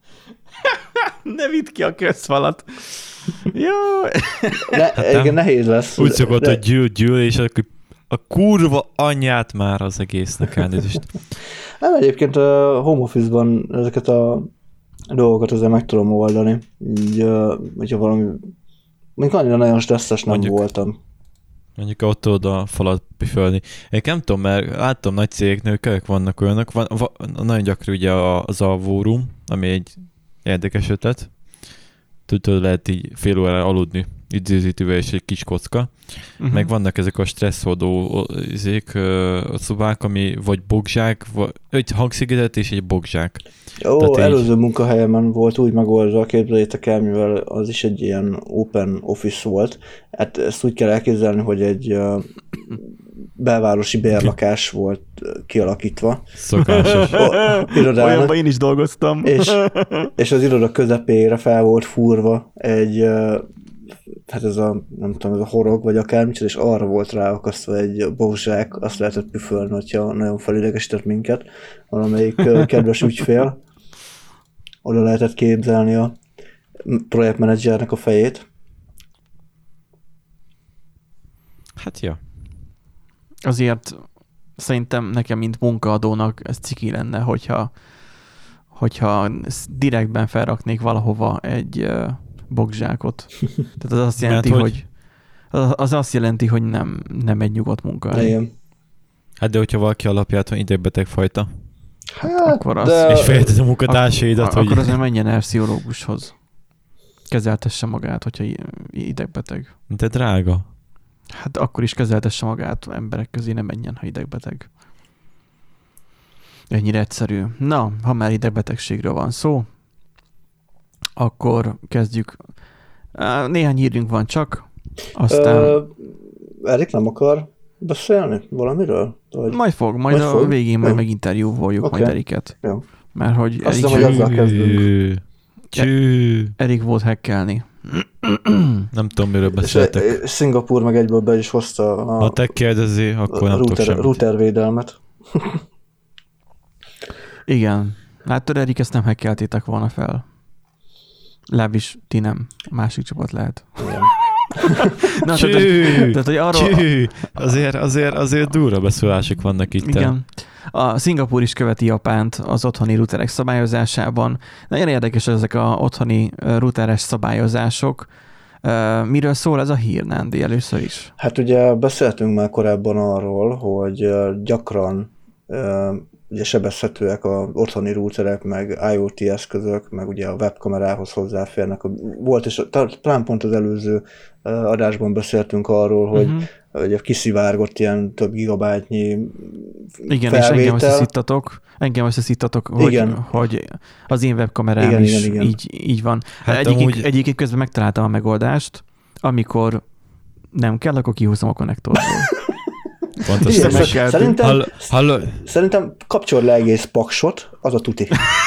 ne vidd ki a közfalat. Jó. Ne, hát igen, nehéz lesz. Úgy szokott, de... hogy gyűl, gyűl, és akkor a kurva anyját már az egésznek elnézést. Nem, egyébként a home office-ban ezeket a dolgokat azért meg tudom oldani. Így, hogyha valami... Mondjuk annyira nagyon stresszes nem mondjuk, voltam. Mondjuk ott tudod a falat püfölni. Én nem tudom, mert láttam nagy cégeknél, kövek vannak olyanok. Van, van, nagyon gyakran ugye az alvórum, ami egy érdekes ötlet. Tudod, lehet így fél órára aludni időzítővel és egy kis kocka. Uh-huh. Meg vannak ezek a stresszoldó izék, szobák, ami vagy bogzsák, vagy egy hangszigetet és egy bogzsák. Ó, Tehát előző így... munkahelyemen volt úgy megoldva, képzeljétek el, mivel az is egy ilyen open office volt. Hát ezt úgy kell elképzelni, hogy egy uh, belvárosi bérlakás volt kialakítva. Szokásos. Olyanban én is dolgoztam. És, és az iroda közepére fel volt fúrva egy, uh, hát ez a, nem tudom, ez a horog, vagy akármicsoda, és arra volt ráakasztva egy bogzsák, azt lehetett püfölni, hogyha nagyon felidegesített minket valamelyik uh, kedves ügyfél. Oda lehetett képzelni a projektmenedzsernek a fejét. Hát ja. Azért szerintem nekem, mint munkaadónak ez ciki lenne, hogyha, hogyha direktben felraknék valahova egy uh, bogzsákot. Tehát az azt jelenti, Mert, hogy, hogy az azt jelenti, hogy nem, nem egy nyugodt munkahely. Igen. Hát de hogyha valaki alapját van idegbeteg fajta, hát, akkor az, de... és félted a munkatársaidat, ak- hogy... Akkor azért menjen el pszichológushoz. Kezeltesse magát, hogyha idegbeteg. De drága. Hát akkor is kezeltesse magát, emberek közé ne menjen, ha idegbeteg. Ennyire egyszerű. Na, ha már idegbetegségről van szó, akkor kezdjük. Néhány hírünk van csak, aztán... Ö, Erik nem akar beszélni valamiről? Vagy... Majd fog, majd, majd a fog? végén majd meginterjúvoljuk okay. majd Eriket. Jó. Mert hogy Azt Erik... hiszem, hogy azzal kezdünk. Cső. Erik volt hackelni. Nem tudom, miről beszéltek. És Szingapúr meg egyből be is hozta a... Ha te kérdezi, akkor nem tudok semmit. Router védelmet. Igen. Látod, Erik, ezt nem hackeltétek volna fel. Legalábbis ti nem. A másik csapat lehet. Igen. Na, Cső, tehát, tehát, hogy arról... Cső. Azért, azért, azért durva beszólások vannak itt. Igen. A Szingapúr is követi Japánt az otthoni routerek szabályozásában. Nagyon érdekes ezek a otthoni routeres szabályozások. Miről szól ez a hír, Nándi, először is? Hát ugye beszéltünk már korábban arról, hogy gyakran ugye sebezhetőek az otthoni routerek, meg IoT eszközök, meg ugye a webkamerához hozzáférnek. Volt, és talán pont az előző adásban beszéltünk arról, hogy uh-huh. ugye kiszivárgott ilyen több gigabájtnyi igen, felvétel. És engem összeszíttatok, engem összeszíttatok, hogy, hogy az én webkamerám igen, is igen, igen. Így, így van. Hát egyébként, amúgy... egyébként közben megtaláltam a megoldást, amikor nem kell, akkor kihúzom a konnektorból. Pontosan. Igen, szerintem, hall, hall... szerintem kapcsol le egész paksot, az a tuti.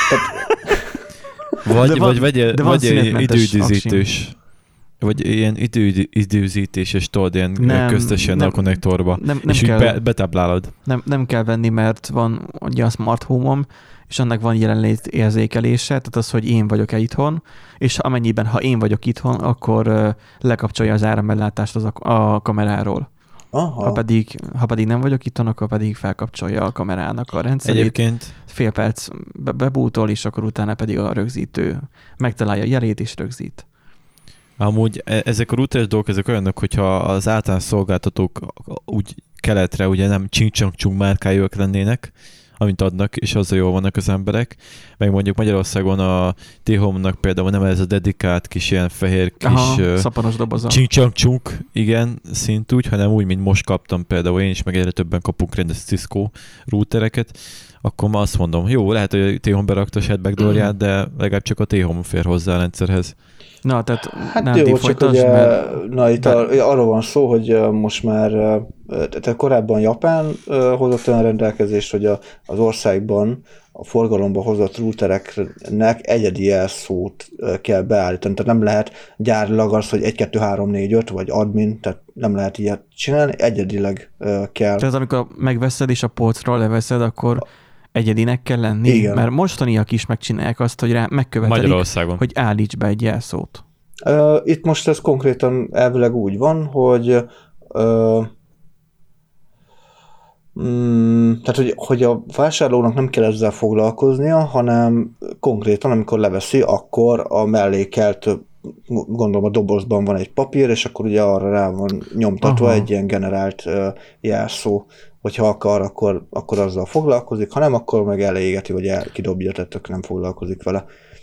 vagy van, vagy vagy, vagy időidőzítős. Vagy ilyen idő, időzítéses, tudod, ilyen nem, köztesen nem, a konnektorba, nem, nem és kell, úgy be, betáblálod. Nem, nem kell venni, mert van ugye a smart home-om, és annak van jelenlét érzékelése, tehát az, hogy én vagyok-e itthon, és amennyiben, ha én vagyok itthon, akkor lekapcsolja az áramellátást az a, a kameráról. Aha. Ha pedig, ha pedig nem vagyok itthon, akkor pedig felkapcsolja a kamerának a rendszerét. Egyébként Fél perc be- bebútol, és akkor utána pedig a rögzítő megtalálja a jelét és rögzít. amúgy e- ezek a routeres dolgok, ezek olyanok, hogyha az általános szolgáltatók úgy keletre ugye nem csing-csang-csung márkájúak lennének, amit adnak, és azzal jól vannak az emberek. Meg mondjuk Magyarországon a T-Home-nak például nem ez a dedikált kis ilyen fehér kis Aha, szaponos doboza. csing-csang-csung, igen, szint úgy, hanem úgy, mint most kaptam például én is, meg egyre többen kapunk rendes Cisco routereket, akkor ma azt mondom, jó, lehet, hogy a T-Home berakta a saját backdoorját, de legalább csak a T-Home fér hozzá a rendszerhez. Na, tehát Hát nem jó, csak ugye, mert... na itt de... ar- arról van szó, hogy most már, tehát korábban Japán hozott olyan rendelkezést, hogy a, az országban a forgalomba hozott routereknek egyedi jelszót kell beállítani. Tehát nem lehet gyárilag az, hogy egy, kettő, három, négy, öt, vagy admin, tehát nem lehet ilyet csinálni, egyedileg kell. Tehát amikor megveszed és a polcról leveszed, akkor egyedinek kell lenni? Igen. Mert mostaniak is megcsinálják azt, hogy rá megkövetelik, Magyarországon. hogy állíts be egy jelszót. Itt most ez konkrétan elvileg úgy van, hogy uh, mm, tehát, hogy, hogy a vásárlónak nem kell ezzel foglalkoznia, hanem konkrétan, amikor leveszi, akkor a mellékelt, gondolom a dobozban van egy papír, és akkor ugye arra rá van nyomtatva Aha. egy ilyen generált uh, jelszó. Hogyha akar, akkor, akkor azzal foglalkozik, ha nem, akkor meg elégeti, vagy el, kidobja, tehát nem foglalkozik vele.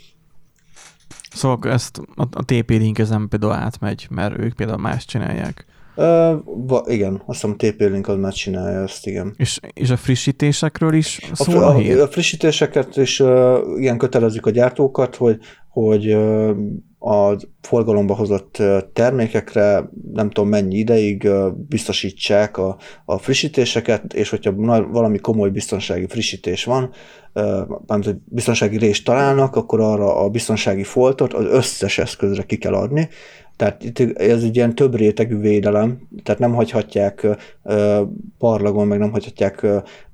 Szóval ezt a, a té pé Link ezen például átmegy, mert ők például más csinálják. Uh, va, igen, azt hiszem a té pé Link az már csinálja ezt, igen. És, és a frissítésekről is szól a, a, a hír? A frissítéseket is uh, igen kötelezik a gyártókat, hogy, hogy uh, a forgalomba hozott termékekre nem tudom mennyi ideig biztosítsák a, a frissítéseket, és hogyha valami komoly biztonsági frissítés van, mármint biztonsági rést találnak, akkor arra a biztonsági foltot az összes eszközre ki kell adni. Tehát itt ez egy ilyen több rétegű védelem, tehát nem hagyhatják parlagon, meg nem hagyhatják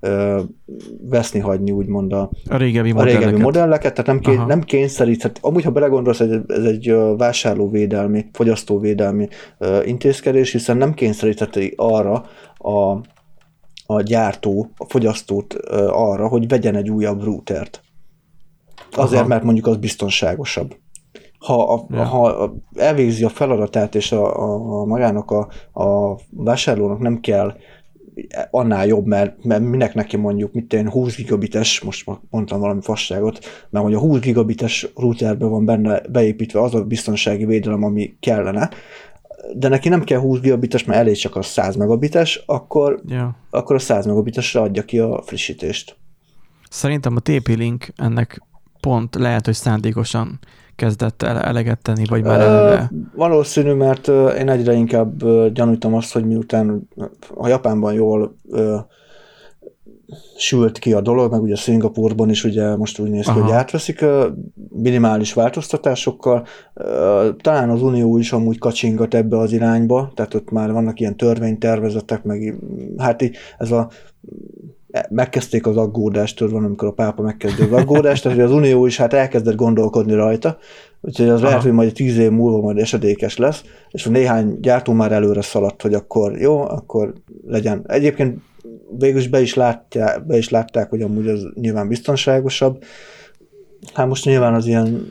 veszni hagyni úgymond a, a régebbi a modelleket. régebbi modelleket, tehát nem, ké, nem kényszerít, hát amúgy, ha belegondolsz, ez egy vásárlóvédelmi, fogyasztóvédelmi intézkedés, hiszen nem kényszeríteti arra a, a gyártó, a fogyasztót arra, hogy vegyen egy újabb routert. Azért, Aha. mert mondjuk az biztonságosabb. Ha, a, ja. ha elvégzi a feladatát, és a, a, a magának a, a vásárlónak nem kell annál jobb, mert, mert minek neki mondjuk, mit én húsz gigabites, most mondtam valami fasságot, mert hogy a húsz gigabites routerben van benne beépítve az a biztonsági védelem, ami kellene, de neki nem kell húsz gigabites, mert elég csak a száz megabites, akkor, ja. akkor a száz megabitesre adja ki a frissítést. Szerintem a té pé Link ennek pont lehet, hogy szándékosan kezdett el eleget tenni, vagy már eleve? Valószínű, mert én egyre inkább gyanújtam azt, hogy miután a Japánban jól ö, sült ki a dolog, meg ugye Szingapúrban is ugye most úgy néz ki, hogy átveszik minimális változtatásokkal. Talán az Unió is amúgy kacsingat ebbe az irányba, tehát ott már vannak ilyen törvénytervezetek, meg hát így ez a megkezdték az aggódást, tudod, amikor a pápa megkezdi az aggódást, tehát az Unió is hát elkezdett gondolkodni rajta, úgyhogy az Aha. lehet, hogy majd tíz év múlva majd esedékes lesz, és a néhány gyártó már előre szaladt, hogy akkor jó, akkor legyen. Egyébként végül is be is látják, be is látták, hogy amúgy az nyilván biztonságosabb. Hát most nyilván az ilyen...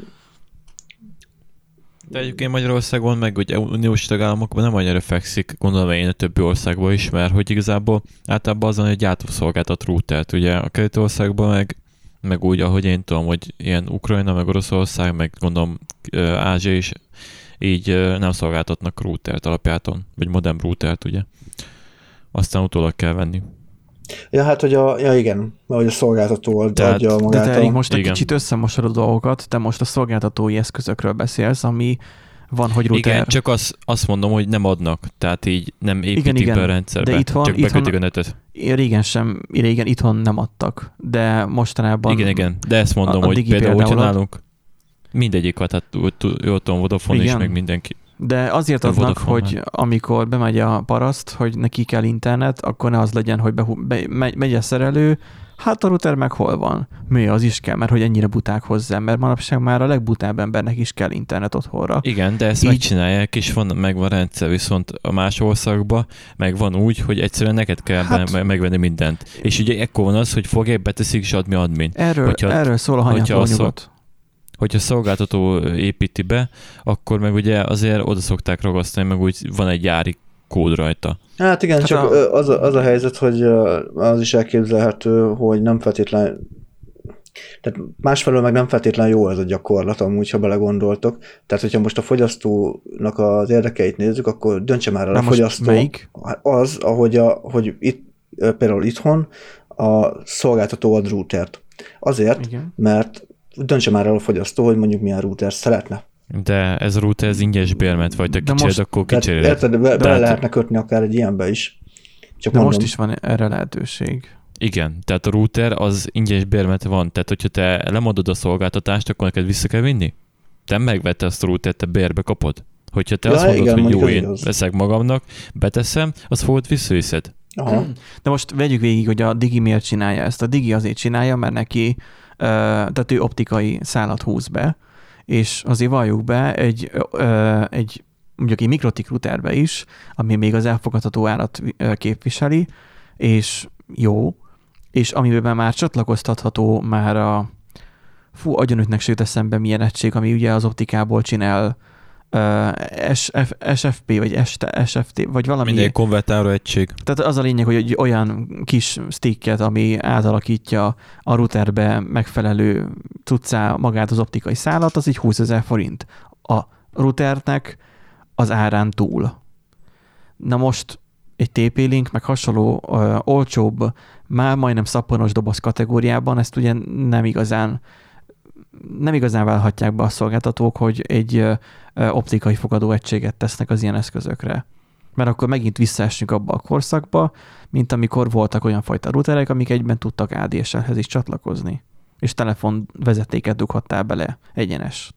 De egyébként Magyarországon, meg ugye uniós tagállamokban nem annyira fekszik, gondolom én a többi országban is, mert hogy igazából általában azon, hogy gyártószolgáltat routert. Ugye a keleti országban meg, meg úgy, ahogy én tudom, hogy ilyen Ukrajna, meg Oroszország, meg gondolom Ázsia is így nem szolgáltatnak routert alapjáton, vagy modem routert, ugye. Aztán utólag kell venni. Ja, hát, hogy a, ja igen, mert hogy a szolgáltató adja magát. De te most egy igen. kicsit összemosod a dolgokat, te most a szolgáltatói eszközökről beszélsz, ami van, hogy router. Igen, csak azt, azt mondom, hogy nem adnak, tehát így nem építik igen, igen. be a rendszerbe, de itthon, csak bekötik a netet. Régen sem, régen itthon nem adtak, de mostanában... Igen, igen, de ezt mondom, a, a hogy például, hogyha nálunk mindegyik, hát jól tudom, Vodafone is, meg mindenki. De azért a adnak, Vodafone, hogy hát. amikor bemegy a paraszt, hogy neki kell internet, akkor ne az legyen, hogy be, be, megy, megy a szerelő, Hát a router meg hol van? Mi, az is kell, mert hogy ennyire buták hozzá, mert manapság már a legbutább embernek is kell internet otthonra. Igen, de ezt Így... megcsinálják, és van, megvan rendszer, viszont a más országban meg van úgy, hogy egyszerűen neked kell hát... be, megvenni mindent. És ugye ekkor van az, hogy fogják, beteszik, és admi admin. Erről, hogyha, erről szól a hanyató nyugodt. Hogyha szolgáltató építi be, akkor meg ugye azért oda szokták ragasztani, meg úgy van egy gyári kód rajta. Hát igen, hát csak a... az, a, az a helyzet, hogy az is elképzelhető, hogy nem feltétlen, tehát másfelől meg nem feltétlen jó ez a gyakorlat, amúgy, ha belegondoltok. Tehát, hogyha most a fogyasztónak az érdekeit nézzük, akkor döntse már el a fogyasztó. Melyik? Az, ahogy, a, hogy itt, például itthon a szolgáltató ad routert. Azért, igen. Mert döntse már el a fogyasztó, hogy mondjuk milyen routert szeretne. De ez a router, ez ingyenes bérmet, vagy te kicsired, akkor kicseréled. Érted, be, bele tehát... lehetne kötni akár egy ilyenbe is. Csak de mondom. Most is van erre lehetőség. Igen, tehát a router az ingyenes bérmet van, tehát hogyha te lemondod a szolgáltatást, akkor neked vissza kell vinni? Te megvette azt a routert, te bérbe kapod? Hogyha te ja, azt mondod, igen, hogy jó, én az. veszek magamnak, beteszem, azt fogod visszaviszed. Aha. De most vegyük végig, hogy a Digi miért csinálja ezt. A Digi azért csinálja, mert neki, tehát ő optikai szálat húz be, és azért valljuk be egy, egy mondjuk egy mikrotik routerbe is, ami még az elfogadható árat képviseli, és jó, és amiben már csatlakoztatható már a fú, agyonütnek se jut eszembe milyen egység, ami ugye az optikából csinál uh, es ef pé, vagy es ef té, vagy valami. Minden konvertáló egység. Tehát az a lényeg, hogy egy olyan kis sticket, ami átalakítja a routerbe megfelelő cuccá magát az optikai szálat, az így húszezer forint. A routernek az árán túl. Na most egy té pé-link, meg hasonló ö, olcsóbb, már majdnem szappanos doboz kategóriában, ezt ugye nem igazán nem igazán válhatják be a szolgáltatók, hogy egy ö, optikai fogadó egységet tesznek az ilyen eszközökre. Mert akkor megint visszaesünk abba a korszakba, mint amikor voltak olyan fajta routerek, amik egyben tudtak á dé es el-hez is csatlakozni. És telefon vezetéket dughattál bele egyenest.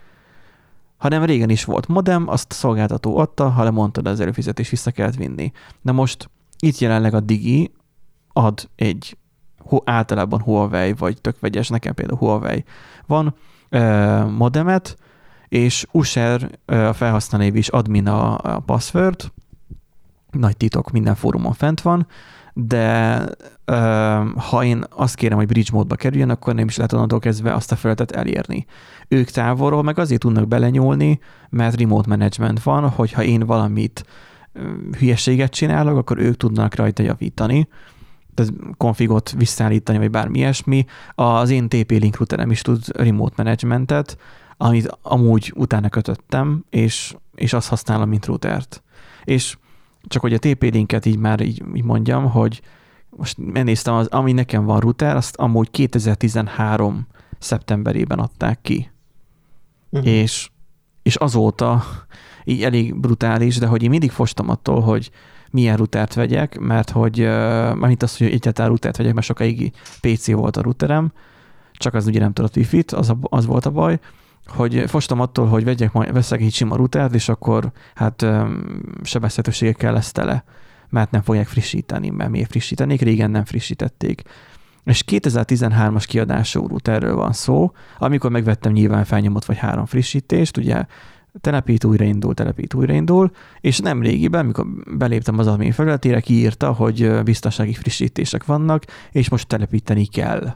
Hanem régen is volt modem, azt a szolgáltató adta, ha lemondtad az előfizetés, vissza kellett vinni. Na most itt jelenleg a Digi ad egy általában Huawei, vagy tök vegyes, nekem például Huawei van uh, modemet, és user uh, a felhasználói is admin a, a password, nagy titok, minden fórumon fent van, de uh, ha én azt kérem, hogy bridge módba kerüljön, akkor nem is lehet onnantól kezdve azt a felületet elérni. Ők távolról meg azért tudnak belenyúlni, mert remote management van, hogyha én valamit uh, hülyeséget csinálok, akkor ők tudnak rajta javítani, tehát konfigot visszaállítani, vagy bármi ilyesmi. Az én té pé-link routerem is tud remote managementet, amit amúgy utána kötöttem, és, és azt használom, mint routert. És csak hogy a té pé-linket így már így, így mondjam, hogy most megnéztem, az, ami nekem van router, azt amúgy kétezer-tizenhárom szeptemberében adták ki. Uh-huh. És, és azóta így elég brutális, de hogy én mindig fostam attól, hogy milyen routert vegyek, mert hogy, mármint az, hogy egyáltalán routert vegyek, mert sokáig pé cé volt a routerem, csak az ugye nem tudott wifi-t, az, a, az volt a baj, hogy fostam attól, hogy vegyek, majd veszek egy sima routert, és akkor hát sebezhetőségekkel lesz tele, mert nem fogják frissíteni, mert miért frissítenék, régen nem frissítették. És kétezer-tizenhármas kiadású routerről van szó, amikor megvettem nyilván felnyomott vagy három frissítést, ugye telepít, újraindul, telepít, újraindul, és nem régiben, amikor beléptem az admin felületére, kiírta, hogy biztonsági frissítések vannak, és most telepíteni kell.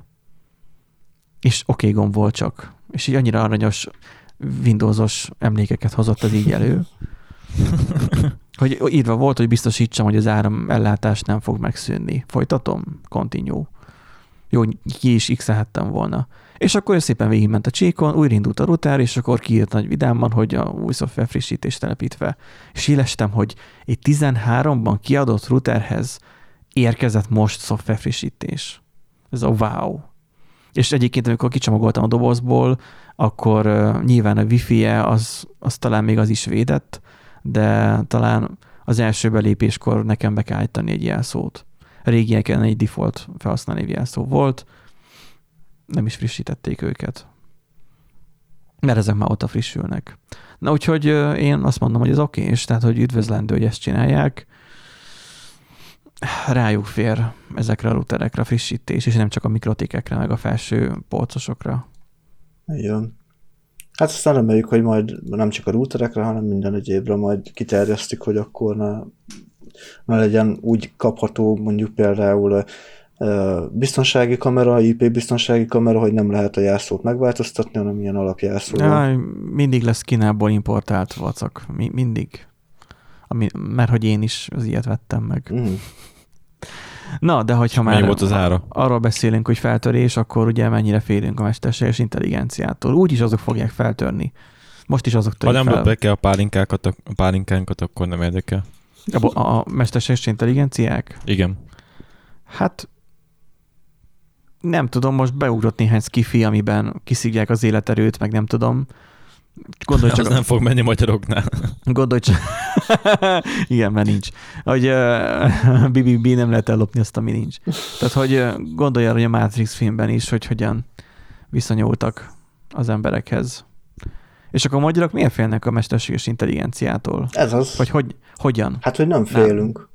És oké okay, gomb volt csak. És így annyira aranyos Windowsos emlékeket hozott az így elő, hogy írva volt, hogy biztosítsam, hogy az áramellátás nem fog megszűnni. Folytatom? Continue. Jó, ki is x-elhettem volna. És akkor szépen végigment a csíkon, újraindult a router, és akkor kiírt nagy vidámban, hogy a új szoftver frissítés telepítve. És élestem, hogy egy tizenháromban kiadott routerhez érkezett most szoftver frissítés. Ez a wow. És egyébként, amikor kicsomagoltam a dobozból, akkor uh, nyilván a wifi-je az, az talán még az is védett, de talán az első belépéskor nekem be kell állítani egy jelszót. A régieken egy default felhasználó jelszó volt, nem is frissítették őket. Mert ezek már ott frissülnek. Na úgyhogy uh, én azt mondom, hogy ez oké, és tehát, hogy üdvözlendő, hogy ezt csinálják. rájuk fér ezekre a routerekre a frissítés, és nem csak a mikrotikekre, meg a felső polcosokra. Igen. Hát aztán reméljük, hogy majd nem csak a routerekre, hanem minden egyébre majd kiterjesztik, hogy akkor ne, ne legyen úgy kapható mondjuk például biztonsági kamera, I P biztonsági kamera, hogy nem lehet a jelszót megváltoztatni, hanem ilyen alapjelszó. Ja, mindig lesz Kínából importált vacak. Mi, mindig. Ami, mert hogy én is az ilyet vettem meg. Mm. Na, de hogyha már volt az ára? Arról beszélünk, hogy feltörés, akkor ugye mennyire félünk a mesterséges intelligenciától. Úgyis azok fogják feltörni. Most is azok törik fel. Ha nem be kell a pálinkánkat, a pálinkánkat, akkor nem érdekel. A, a mesterséges intelligenciák? Igen. Hát nem tudom, most beugrott néhány skifi, amiben kiszívják az életerőt, meg nem tudom. Gondolj csak... Az a... nem fog menni magyaroknál. Gondolj csak... Igen, mert nincs. Hogy uh, bé bé bé nem lehet ellopni azt, ami nincs. Tehát, hogy uh, gondolj arra, hogy a Matrix filmben is, hogy hogyan viszonyultak az emberekhez. És akkor a magyarok miért félnek a mesterséges intelligenciától? Ez az. Vagy hogy, hogyan? Hát, hogy nem félünk.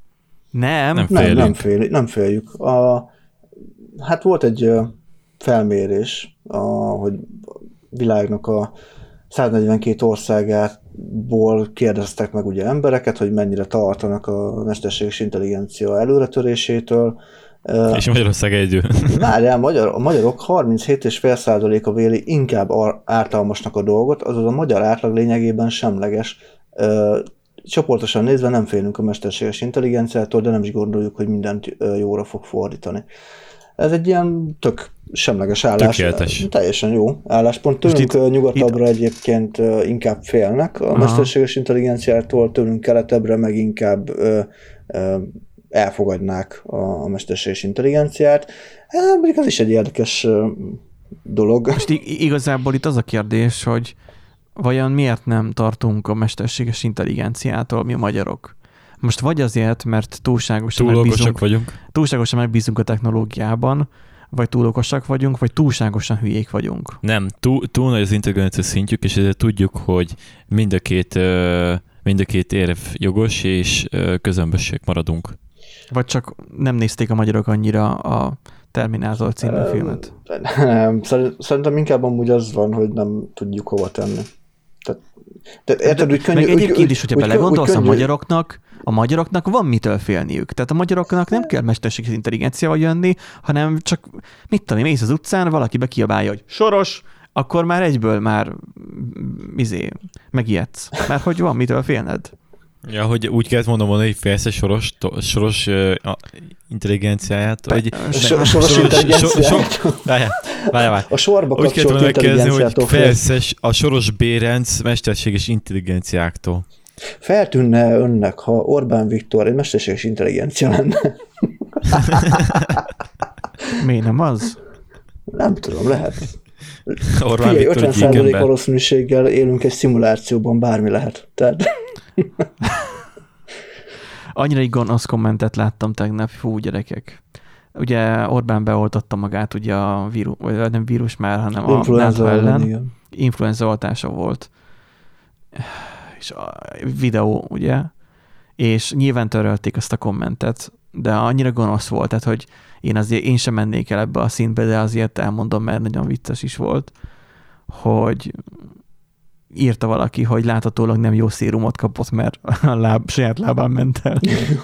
Nem? Nem, nem, nem, fél, nem féljük. A, hát volt egy felmérés, a, hogy világnak a száznegyvenkét országából kérdeztek meg ugye embereket, hogy mennyire tartanak a mesterséges intelligencia előretörésétől. És Magyarország egyő. Várjál, magyar, a magyarok harminchét egész öt százaléka véli inkább ártalmasnak a dolgot, azaz a magyar átlag lényegében semleges. Csoportosan nézve nem félünk a mesterséges intelligenciától, de nem is gondoljuk, hogy mindent jóra fog fordítani. Ez egy ilyen tök semleges állás. Tökéletes. Teljesen jó álláspont. Tőlünk itt, nyugatabbra itt... egyébként inkább félnek a Aha. mesterséges intelligenciától, tőlünk keletebbre meg inkább ö, ö, elfogadnák a, a mesterséges intelligenciát. Mondjuk ez is egy érdekes dolog. Most igazából itt az a kérdés, hogy vajon miért nem tartunk a mesterséges intelligenciától mi a magyarok? Most vagy azért, mert túlságosan túl megbízunk, vagyunk. túlságosan megbízunk a technológiában, vagy túl okosak vagyunk, vagy túlságosan hülyék vagyunk. Nem, túl, túl nagy az intelligencia szintjük, és ezért tudjuk, hogy mind a két, mind a két érv jogos, és közömbösség maradunk. Vagy csak nem nézték a magyarok annyira a Terminátor című um, filmet? Nem, szerintem inkább amúgy az van, hogy nem tudjuk hova tenni. Tehát, de, érted, úgy könnyű, meg egyébként úgy, is, hogyha úgy, belegondolsz, úgy, a magyaroknak, a magyaroknak van mitől félniük. Tehát a magyaroknak nem kell mesterséges intelligenciával jönni, hanem csak, mit tudom, mész az utcán, valaki bekiabálja, hogy Soros, akkor már egyből már izé, megijedsz. Mert hogy van mitől félned. Ja, hogy úgy kellett mondom mondani, hogy félsz egy soros, to, soros uh, intelligenciáját. Vagy, a soros, soros intelligenciáját. Várjál, várjál. A sorba kapcsolt intelligenciától félsz. Hogy a soros bérenc mesterséges intelligenciáktól. Feltűnne önnek, ha Orbán Viktor egy mesterséges intelligencia lenne. Miért nem az? Nem tudom, lehet. Orbán Figyelj, ötven százalék valószínűséggel élünk egy szimulációban, bármi lehet. Tehát... Annyira egy gonosz kommentet láttam tegnap, fú, gyerekek. Ugye Orbán beoltatta magát, ugye a vírus, vagy nem vírus már, hanem a NATO ellen. Influenza oltása volt. És a videó, ugye? És nyilván törölték azt a kommentet, de annyira gonosz volt, tehát, hogy én azért én sem mennék el ebbe a szintbe, de azért elmondom, mert nagyon vicces is volt, hogy írta valaki, hogy láthatólag nem jó szérumot kapott, mert a láb, saját lábán ment el.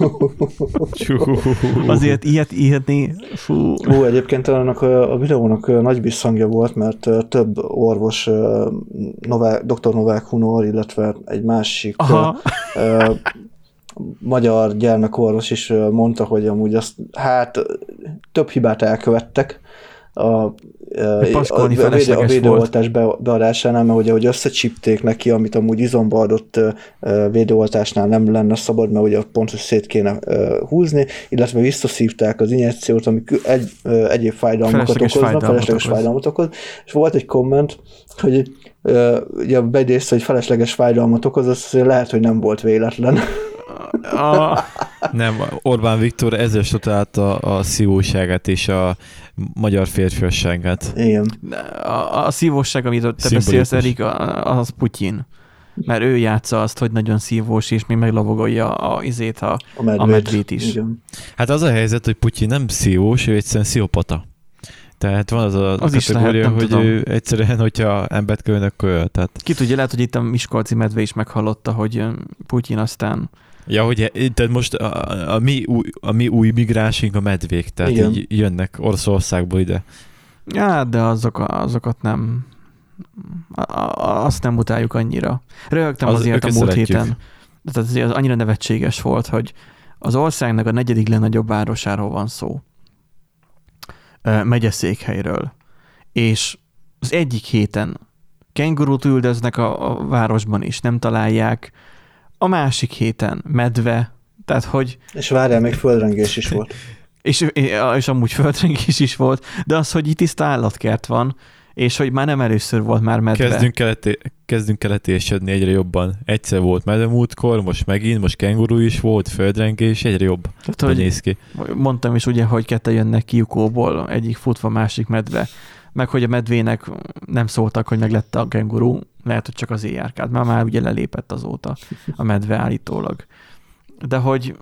Azért ilyet írni, fú. Ó, egyébként annak a videónak nagy visszhangja volt, mert több orvos, Novák, doktor Novák Hunor, illetve egy másik uh, magyar gyermekorvos is mondta, hogy amúgy azt, hát több hibát elkövettek, a, a, a, a védőoltás be, beadásánál, mert ugye, hogy összecsipték neki, amit amúgy izomba adott védőoltásnál nem lenne szabad, mert ugye pont, hogy szét kéne húzni, illetve visszaszívták az injekciót, ami egy, egyéb fájdalmakat okozna, felesleges fájdalmat okoz, és volt egy komment, hogy ugye beidézte, hogy felesleges fájdalmat okoz, az lehet, hogy nem volt véletlen. A... Nem, Orbán Viktor ezzel stotálta a szívóságát és a magyar férfiasságát. Igen. A, a szívóság, amit te beszélsz, Erik, az Putyin. mert ő játsza azt, hogy nagyon szívós, és még meglavogolja a izét, a, A medvét, a medvét is. Igen. Hát az a helyzet, hogy Putyin nem szívós, ő egyszerűen sziopata. Tehát van az a Az is kategória, lehet, nem hogy tudom. ő egyszerűen, hogyha embert kövön, akkor ő. Tehát, Ki tudja, lehet, hogy itt a miskolci medve is meghallotta, hogy Putyin aztán... ja, hogy tehát most a, a, mi új, a mi új migránsink a medvék, tehát Igen. így jönnek Oroszországból ide. Ja, de azok, azokat nem... A, a, azt nem utáljuk annyira. Röhögtem Az- azért a őket múlt szeretjük. héten. Tehát azért az annyira nevetséges volt, hogy az országnak a negyedik legnagyobb városáról van szó. Ö, Megyeszékhelyről. És az egyik héten kengurút üldöznek a, a városban is, nem találják. A másik héten medve, tehát hogy És várjál, még földrengés is volt. és, és amúgy földrengés is volt, de az, hogy itt tiszta állatkert van, és hogy már nem először volt már medve. Kezdünk, keleti, kezdünk keletésedni egyre jobban. Egyszer volt medve múltkor, most megint, most kenguru is volt, földrengés, egyre jobb. Tehát, Hogy hogy néz ki. mondtam is ugye, hogy ketten jönnek ki lyukóból, egyik futva, másik medve. Meg hogy a medvének nem szóltak, hogy meglett a kenguru, lehet, hogy csak az éjjárkált, mert már ugye lelépett azóta a medve állítólag. De hogy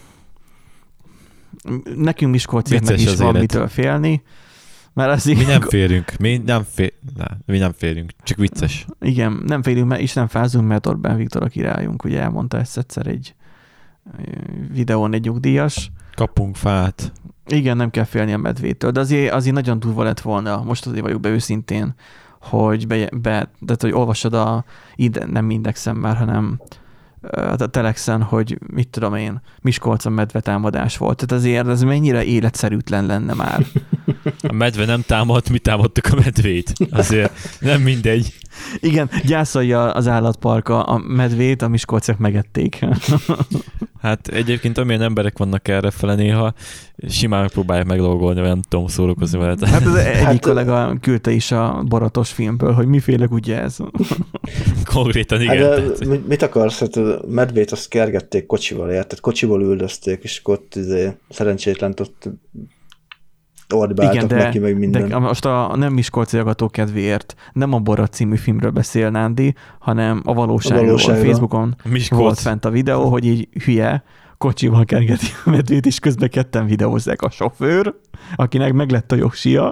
nekünk Miskolciaknak Vicces is az van élet. mitől félni, mert az Mi igen, nem férünk, mi nem, fél, na, mi nem férünk, csak vicces. igen, nem félünk, mert is nem fázunk, mert Orbán Viktor a királyunk, ugye elmondta ezt egyszer egy videón egy nyugdíjas. Kapunk fát. Igen, nem kell félni a medvétől, de azért, azért nagyon durva lett volna, most azért vagyok be őszintén, hogy be, be de hogy olvasod a, ide, nem Indexen már, hanem a Telexen, hogy mit tudom én, Miskolcon medvetámadás volt. Tehát azért ez mennyire életszerűtlen lenne már. A medve nem támadt, mi támadtuk a medvét. Azért nem mindegy. Igen, gyászolja az állatpark a a medvét, a miskolciak megették. Hát egyébként amilyen emberek vannak errefele néha, simán megpróbálják meglogolni, vagy nem tudom szórakozni vele. Hát az egyik Hát- kollega küldte is a Boratos filmből, hogy mifélek ugye ez. Konkrétan igen. Hát, de tehát, hogy- mit- mit akarsz? Hát a medvét azt kergették kocsival, érted? Kocsival üldözték, és akkor ott izé, szerencsétlent ott ordibáltak de, neki, meg minden. de most a nem miskolci agató kedvéért nem a Borat című filmről beszél Nándi, hanem a valóságról. A valóságról. Facebookon Miskolc. volt fent a videó, hogy így hülye, kocsival kergeti a medvét, és közben ketten videózzák a sofőr, akinek meglett a jogsia,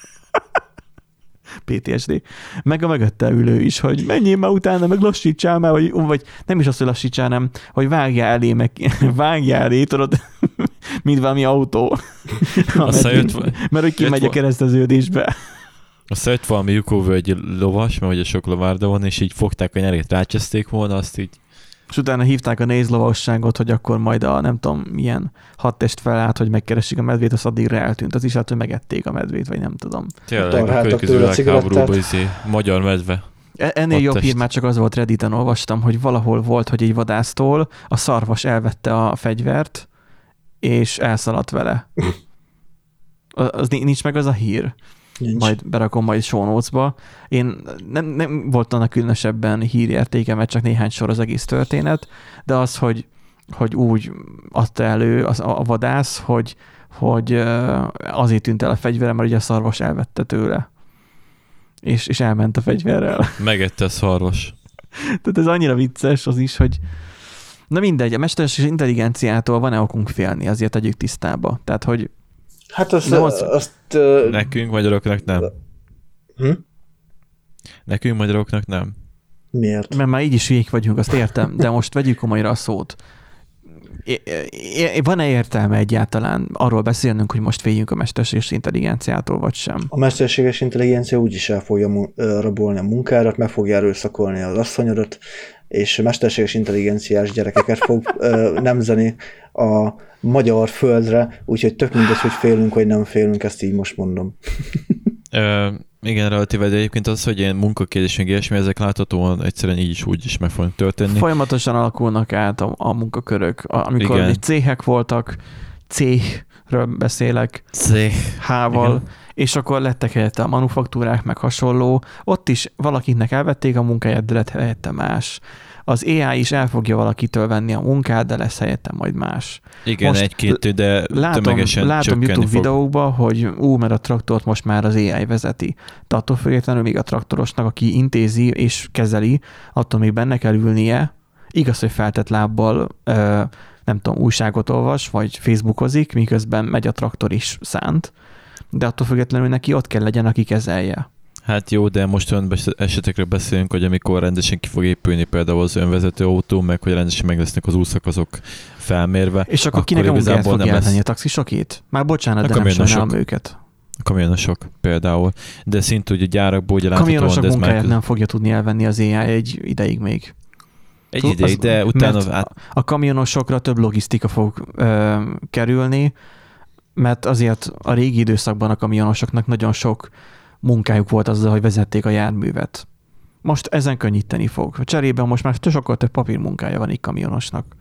pé té es dé, meg a mögötte ülő is, hogy menjél már utána, meg lassítsál már, vagy, vagy nem is azt, hogy lassítsál, nem, hogy vágjál elé, meg vágjál elé, tudod, mint valami autó. Aztán Medvén. jött, Mert hogy kimegy a val- kereszteződésbe. aztán jött valami lyukóvölgyi lovas, mert ugye sok lovárda van, és így fogták a nyerét, rácseszték volna, azt így És utána hívták a nézlovasságot, hogy akkor majd a nem tudom milyen hadtest felállt, hogy megkeresik a medvét, az addigra eltűnt. Az is lehet, hogy megették a medvét, vagy nem tudom. tényleg a Tarháltak következő tőle a világháborúban cigarettát. izé, magyar medve. E- Ennél jobb Hadtest. hír már csak az volt, Redditen olvastam, hogy valahol volt, hogy egy vadásztól a szarvas elvette a fegyvert, és elszaladt vele. Az nincs meg az a hír. Nincs. Majd berakom majd show notes-ba. Én nem, nem volt annak különösebben hírértéke, mert csak néhány sor az egész történet, de az, hogy, hogy úgy adta elő az, a vadász, hogy, hogy ö, azért tűnt el a fegyvere, mert ugye a szarvas elvette tőle. És, és elment a fegyverrel. Megette a szarvas. Tehát ez annyira vicces az is, hogy na mindegy, a mesterséges intelligenciától van-e okunk félni, azért tegyük tisztába. Tehát, hogy Hát azt, Nem az- azt uh, Nekünk magyaroknak nem. hm? Nekünk magyaroknak nem. Miért? mert már így is hülyék vagyunk, azt értem, de most vegyük komolyra a szót. É- é- Van-e értelme egyáltalán arról beszélnünk, hogy most féljünk a mesterséges intelligenciától, vagy sem? A mesterséges intelligencia úgyis el fogja mu- ö, rabolni a munkádat, meg fogja erőszakolni az asszonyodat, és mesterséges intelligenciás gyerekeket fog ö, nemzeni a magyar földre, úgyhogy tök mindegy, hogy félünk, vagy nem félünk, ezt így most mondom. Ö, igen, relatíve, de egyébként az, hogy ilyen munkakérdés, meg ilyesmi, ezek láthatóan egyszerűen így is úgy is meg fognak történni. Folyamatosan alakulnak át a, a munkakörök. A- Amikor Igen. még cégek voltak, cégről beszélek, Céh. H-val, Igen. és akkor lettek helyette a manufaktúrák, meg hasonló. Ott is valakinek elvették a munkáját, de lett helyette más. Az á i is el fogja valakitől venni a munkát, de lesz helyette majd más. Igen, most egy-két, de látom, tömegesen látom YouTube fog. videókban, hogy ú, mert a traktort most már az á i vezeti. De attól függetlenül még a traktorosnak, aki intézi és kezeli, attól még benne kell ülnie. Igaz, hogy feltett lábbal ö, nem tudom, újságot olvas, vagy Facebookozik, miközben megy a traktor is szánt, de attól függetlenül neki ott kell legyen, aki kezelje. Hát jó, de most olyan esetekről beszélünk, hogy amikor rendesen ki fog épülni például az önvezető autó, meg hogy rendesen meg lesznek az úszakazok felmérve. És akkor, akkor kinek a munkáját fog jelenteni? A taxisokét? Már bocsánat, de nem sajnálom őket. A kamionosok például. De szintúgy a gyárakból ugye láthatóan... A kamionosok munkáját már... nem fogja tudni elvenni az á i egy ideig még. Egy ideig, de utána... Át... A kamionosokra több logisztika fog ö, kerülni, mert azért a régi időszakban a kamionosoknak nagyon sok munkájuk volt azzal, hogy vezették a járművet. Most ezen könnyíteni fog. A cserében most már sokkal több papírmunkája van egy kamionosnak.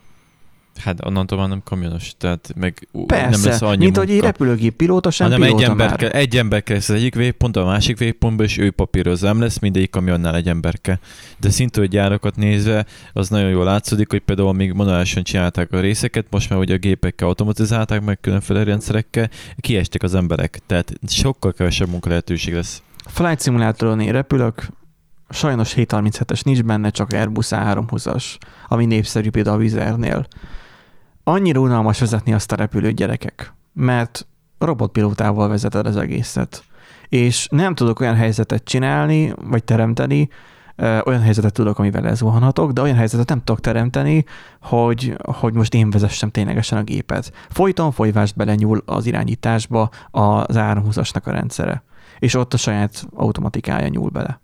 Hát onnantól már nem kamionos, tehát meg persze, nem lesz annyi mint munka. hogy egy repülőgép pilóta sem hanem pilóta egy ember, már. Kell, egy ember kell az egyik végpontban, a másik végpontban, és ő papírozza. Nem lesz mindegyik kamionnál egy emberke. De szintű, hogy gyárakat nézve, az nagyon jól látszódik, hogy például még manuálisan csinálták a részeket, most már ugye a gépekkel automatizálták, meg különféle rendszerekkel, kiestek az emberek. Tehát sokkal kevesebb munka lehetőség lesz. Flight Simulatoron én repülök, sajnos hétszázharminchetes nincs benne, csak Airbus á háromszázas, ami népszerű például a Wizz Airnél. Annyira unalmas vezetni azt a repülőt, gyerekek, mert robotpilótával vezeted az egészet. És nem tudok olyan helyzetet csinálni, vagy teremteni, olyan helyzetet tudok, amivel elzuhanhatok, de olyan helyzetet nem tudok teremteni, hogy, hogy most én vezessem ténylegesen a gépet. Folyton folyvást belenyúl az irányításba az á háromszázasnak a rendszere, és ott a saját automatikája nyúl bele.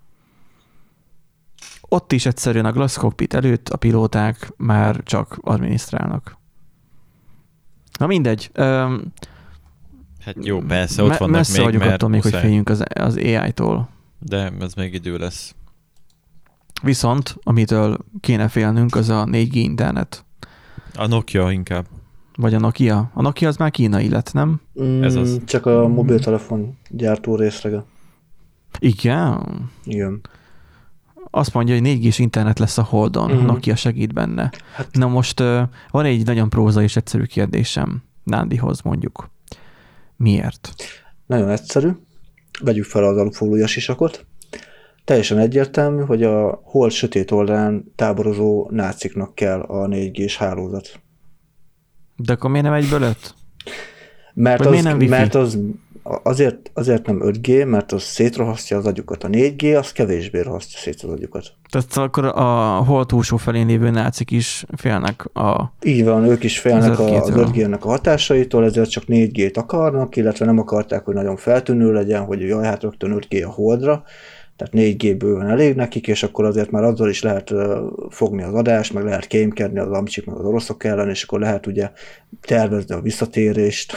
Ott is egyszerűen a Glass Cockpit előtt a pilóták már csak adminisztrálnak. Na mindegy. Um, hát jó, persze, ott me- vannak messze még, vagyunk mert attól még, muszáj. hogy féljünk az, az á i-tól. De ez még idő lesz. Viszont, amitől kéne félnünk, az a négy G internet. A Nokia inkább. Vagy a Nokia. A Nokia az már kínai lett, nem? Mm, ez az. Csak a mobiltelefon gyártó részlege. Igen? Igen. Azt mondja, hogy négy G-s internet lesz a Holdon. Mm-hmm. Nokia segít benne. Hát... Na most uh, van egy nagyon próza és egyszerű kérdésem Nándihoz mondjuk. Miért? Nagyon egyszerű. Vegyük fel az alufoglalója sisakot. Teljesen egyértelmű, hogy a Hold sötét oldalán táborozó náciknak kell a négy G-s hálózat. De akkor miért nem egyből öt? Mert, az, mert az azért, azért nem öt G, mert az szétrohasztja az agyukat. A négy G az kevésbé rohasztja szét az agyukat. Tehát akkor a Hold túlsó felén lévő nácik is félnek a... Így van, ők is félnek az öt G-nek a hatásaitól, ezért csak négy G-t akarnak, illetve nem akarták, hogy nagyon feltűnő legyen, hogy jaj, hát rögtön öt G a Holdra, tehát négy G bőven elég nekik, és akkor azért már azzal is lehet fogni az adást, meg lehet kémkedni az amcsik, meg az oroszok ellen, és akkor lehet ugye tervezni a visszatérést.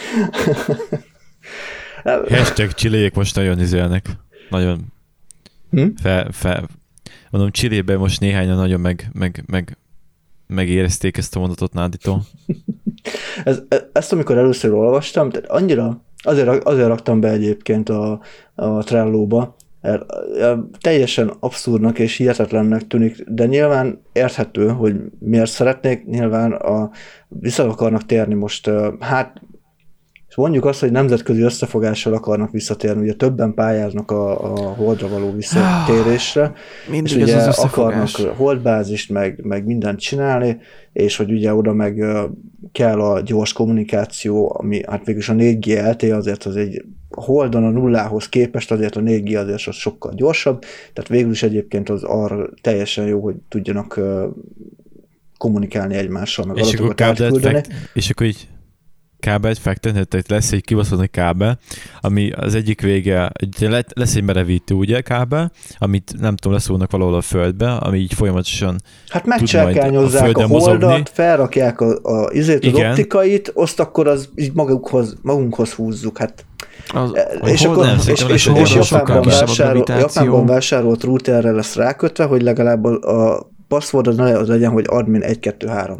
Hashtag csiléjék most nagyon izélnek. Nagyon hm? fel, fel. Mondom, Chilében most néhányan nagyon meg, meg, meg, megérezték ezt a mondatot Náditól. Ez, ezt amikor először olvastam, tehát annyira, azért, azért raktam be egyébként a, a Trello-ba, mert teljesen abszurdnak és hihetetlennek tűnik, de nyilván érthető, hogy miért szeretnék, nyilván a, vissza akarnak térni most, hát és mondjuk azt, hogy nemzetközi összefogással akarnak visszatérni, ugye többen pályáznak a, a Holdra való visszatérésre, Mindig és ugye az akarnak holdbázist, meg, meg mindent csinálni, és hogy ugye oda meg kell a gyors kommunikáció, ami hát végülis a négy G el té é azért az egy Holdon a nullához képest azért a négy G azért az sokkal gyorsabb, tehát végül is egyébként az arra teljesen jó, hogy tudjanak kommunikálni egymással, meg adatokat átküldeni. És akkor így kábelt fektetni, tehát lesz egy kibaszott kábel, ami az egyik vége, lesz egy merevítő, ugye, kábel, amit nem tudom, leszólnak valahol a földbe, ami így folyamatosan hát megcserkányozzák a, a holdat, felrakják a, a, izét, az optikait, azt akkor az így magunkhoz, magunkhoz húzzuk, hát az, és akkor nem, és, és, és, és Japánban, vásárol, Japánban vásárolt routerre lesz rákötve, hogy legalább a, a password az, az legyen, hogy admin egy kettő három.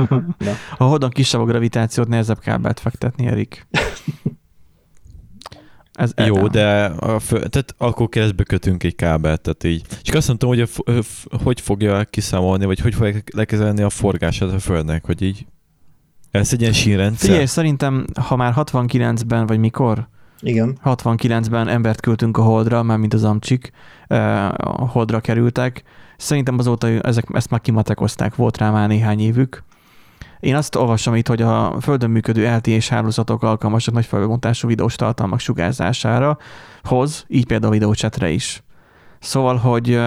A Holdon kisebb a gravitációt, nehezebb kábelt fektetni, Erik. Ez Jó, el... de a fő, tehát akkor keresztbe kötünk egy kábelt, tehát így. És azt mondtam, hogy a, hogy fogja kiszámolni, vagy hogy fogja lekezelni a forgását a Földnek, hogy így ez egy ilyen sínrendszer. Figyelj, szerintem, ha már hatvankilencben, vagy mikor? Igen. hatvankilencben embert küldtünk a Holdra, már mint az amcsik a Holdra kerültek. Szerintem azóta ezek, ezt már kimatekozták, volt rá már néhány évük. Én azt olvasom itt, hogy a Földön működő el té és hálózatok alkalmasak nagy felbontású videós tartalmak sugárzására, hoz, így például a videócsetre is. Szóval, hogy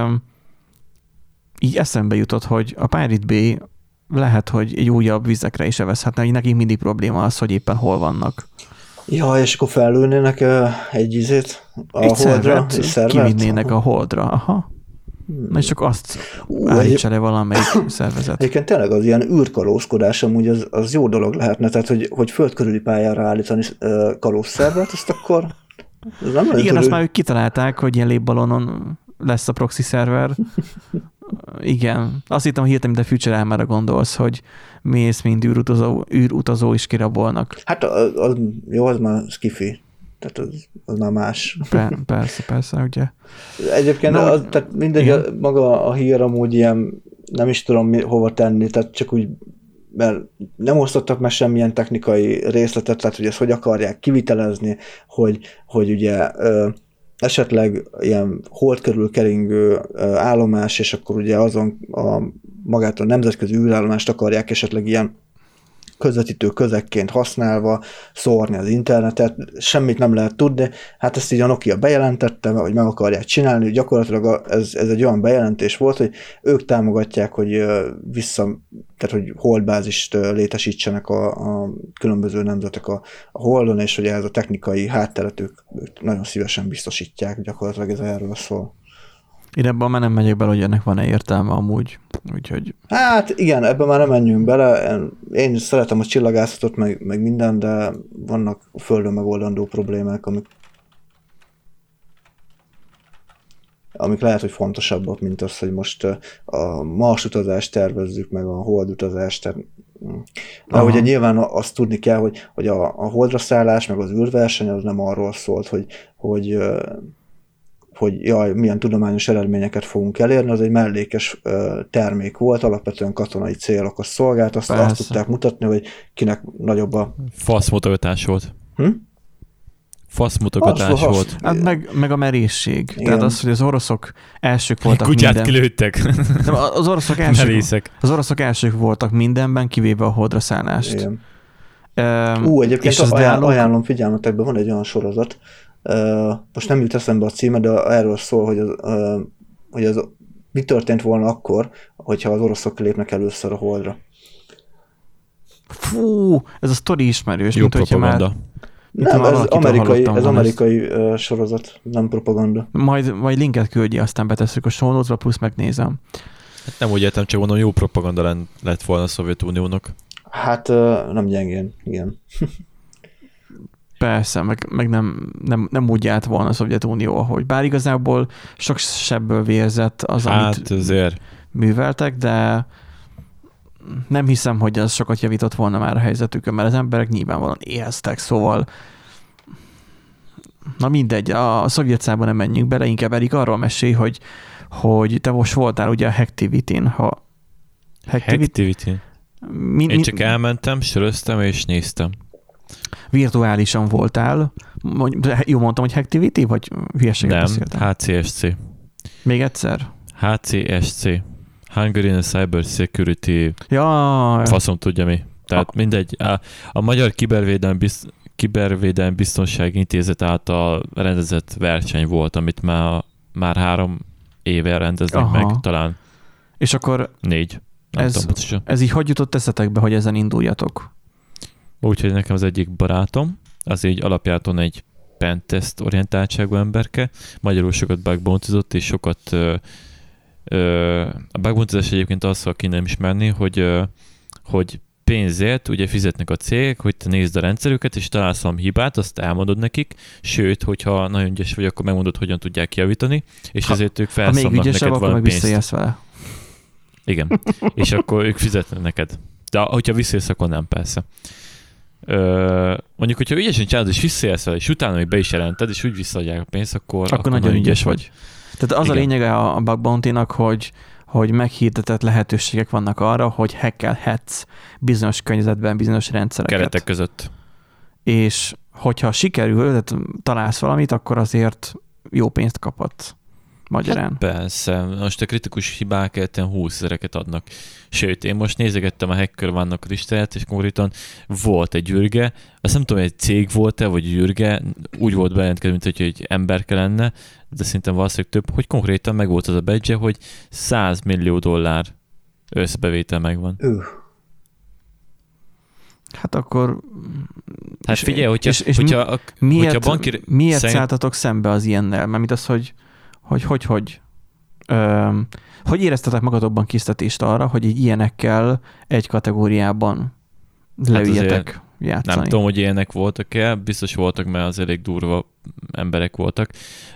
így eszembe jutott, hogy a Pirate Bay lehet, hogy egy újabb vizekre is evezhetne, hogy nekik mindig probléma az, hogy éppen hol vannak. Ja, és akkor felülnének uh, egy izét a egy Holdra, egy szervert, kivinnének a Holdra, aha. Hmm. Na és csak azt uh, állítsa le valamelyik szervezet. Egyébként tényleg az ilyen űrkalózkodás amúgy az, az jó dolog lehetne, tehát hogy, hogy földkörüli pályára állítani uh, kalózszervet, azt akkor ez nem igen, tudom, azt már ők kitalálták, hogy ilyen lépballonon lesz a proxy szerver. Igen. Azt hittem, hogy hirtelen, mint a Future Elmára gondolsz, hogy mész, mint űrutazó, űrutazó is kirabolnak. Hát az, az, jó, az már skifi. Tehát az, az már más. Per, persze, persze, ugye. Egyébként no, az, tehát mindegy, a, maga a hír amúgy ilyen, nem is tudom mi, hova tenni, tehát csak úgy, mert nem osztottak meg semmilyen technikai részletet, tehát hogy ezt hogy akarják kivitelezni, hogy, hogy ugye ö, esetleg ilyen hold körül keringő állomás, és akkor ugye azon a magát a nemzetközi űrállomást akarják esetleg ilyen közvetítő közekként használva szórni az internetet, semmit nem lehet tudni, hát ezt így a Nokia bejelentette, hogy meg akarják csinálni, gyakorlatilag ez, ez egy olyan bejelentés volt, hogy ők támogatják, hogy vissza, tehát hogy holdbázist létesítsenek a, a különböző nemzetek a, a holdon, és hogy ez a technikai hátteret ők, ők nagyon szívesen biztosítják, gyakorlatilag ez erről szól. Én ebben már nem megyek bele, hogy ennek van-e értelme amúgy. Úgyhogy... Hát igen, ebben már nem menjünk bele. Én szeretem a csillagászatot, meg, meg minden, de vannak a Földön megoldandó problémák, amik, amik lehet, hogy fontosabbak, mint az, hogy most a Mars utazást tervezzük, meg a Hold utazást. Tehát, de ugye nyilván azt tudni kell, hogy, hogy a, a Holdra szállás, meg az űrverseny az nem arról szólt, hogy, hogy hogy jaj, milyen tudományos eredményeket fogunk elérni, az egy mellékes ö, termék volt, alapvetően katonai célokhoz szolgált, azt, azt tudták mutatni, hogy kinek nagyobb a... Faszmutogatás volt. Hm? Faszmutogatás volt. Hát meg, meg a merészség. Igen. Tehát az, hogy az oroszok elsők voltak Kutyát minden... kilőttek. Az oroszok elsők, az oroszok elsők voltak mindenben, kivéve a Holdra szállást. Igen. Um, Ú, egyébként ajánl, náluk... ajánlom figyelmetekben, van egy olyan sorozat, Uh, most nem jut eszembe a címe, de erről szól, hogy az, uh, hogy az mi történt volna akkor, hogyha az oroszok lépnek először a Holdra. Fú, ez a sztori ismerős. Jó propaganda. Már, nem, ez amerikai, ez amerikai uh, sorozat, nem propaganda. Majd, majd linket küldje, aztán betesszük a show notes-ba, plusz megnézem. Hát nem úgy értem, csak mondom, jó propaganda lett volna a Szovjetuniónak. Hát uh, nem gyengén, igen. Persze, meg, meg nem, nem, nem úgy állt volna a Szovjetunió, ahogy. Bár igazából sok sebből vérzett az, hát, amit azért. műveltek, de nem hiszem, hogy az sokat javított volna már a helyzetükön, mert az emberek nyilvánvalóan éheztek, szóval na mindegy, a szovjet szába nem menjünk bele, inkább elég arról mesélj, hogy, hogy te most voltál ugye a Hacktivity-n, ha Hacktivity? Mi, Én csak mi... elmentem, söröztem és néztem. Virtuálisan voltál. Jó mondtam, hogy Hacktivity, vagy hülyeséget beszéltem? Nem, há cé es cé. Még egyszer? há cé es cé. Hungarian Cyber Security. Ja. Faszom tudja mi. Tehát a... mindegy. A, a Magyar Kibervédelmi, Bizt, Kibervédelmi Biztonsági Intézet által rendezett verseny volt, amit már, már három éve rendeznek Aha. meg, talán. És akkor négy. Ez, ez így hogy jutott eszetekbe, hogy ezen induljatok? Úgyhogy nekem az egyik barátom, az így alapjáton egy pentest orientáltságú emberke, magyarul sokat bugbountizott, és sokat ö, ö, a bugbountisás egyébként azt szól ki nem ismerni, hogy, ö, hogy pénzért ugye fizetnek a cégek, hogy te nézd a rendszerüket, és találsz valami hibát, azt elmondod nekik, sőt, hogyha nagyon ügyes vagy, akkor megmondod, hogyan tudják kijavítani, és ha, ezért ők felszabnak neked valami pénzt. Vele. Igen, és akkor ők fizetnek neked. De hogyha visszajössz, akkor nem, persze. Ö, mondjuk, hogyha ügyesen csinálod, és visszajelsz el, és utána még be is jelented, és úgy visszaadják a pénzt, akkor, akkor, akkor nagyon ügyes vagy. vagy. Tehát az Igen. a lényege a bug bounty-nak, hogy, hogy meghirdetett lehetőségek vannak arra, hogy hackelhetsz bizonyos környezetben, bizonyos rendszereket. Keretek között. És hogyha sikerül, tehát találsz valamit, akkor azért jó pénzt kaphatsz. Magyarán. Hát persze. Most a kritikus hibákat ilyen húszezereket adnak. Sőt, én most nézegettem a Hacker One-nak a listáját, és konkrétan volt egy űrge, azt nem tudom, hogy egy cég volt-e, vagy űrge, úgy volt bejelentkező, mint hogy egy emberke lenne, de szerintem valószínűleg több, hogy konkrétan meg volt az a badge, hogy száz millió dollár összbevétel megvan. Uh. Hát akkor... Hát és, figyelj, hogyha... És, és hogyha, a, miért, hogyha banki... miért szerint... szálltatok szembe az ilyennel? Mert az, hogy hogy, hogy, hogy, öm, hogy éreztetek magatokban késztetést arra, hogy így ilyenekkel egy kategóriában leüljetek hát játszani? Nem tudom, hogy ilyenek voltak-e, biztos voltak, mert az elég durva emberek voltak.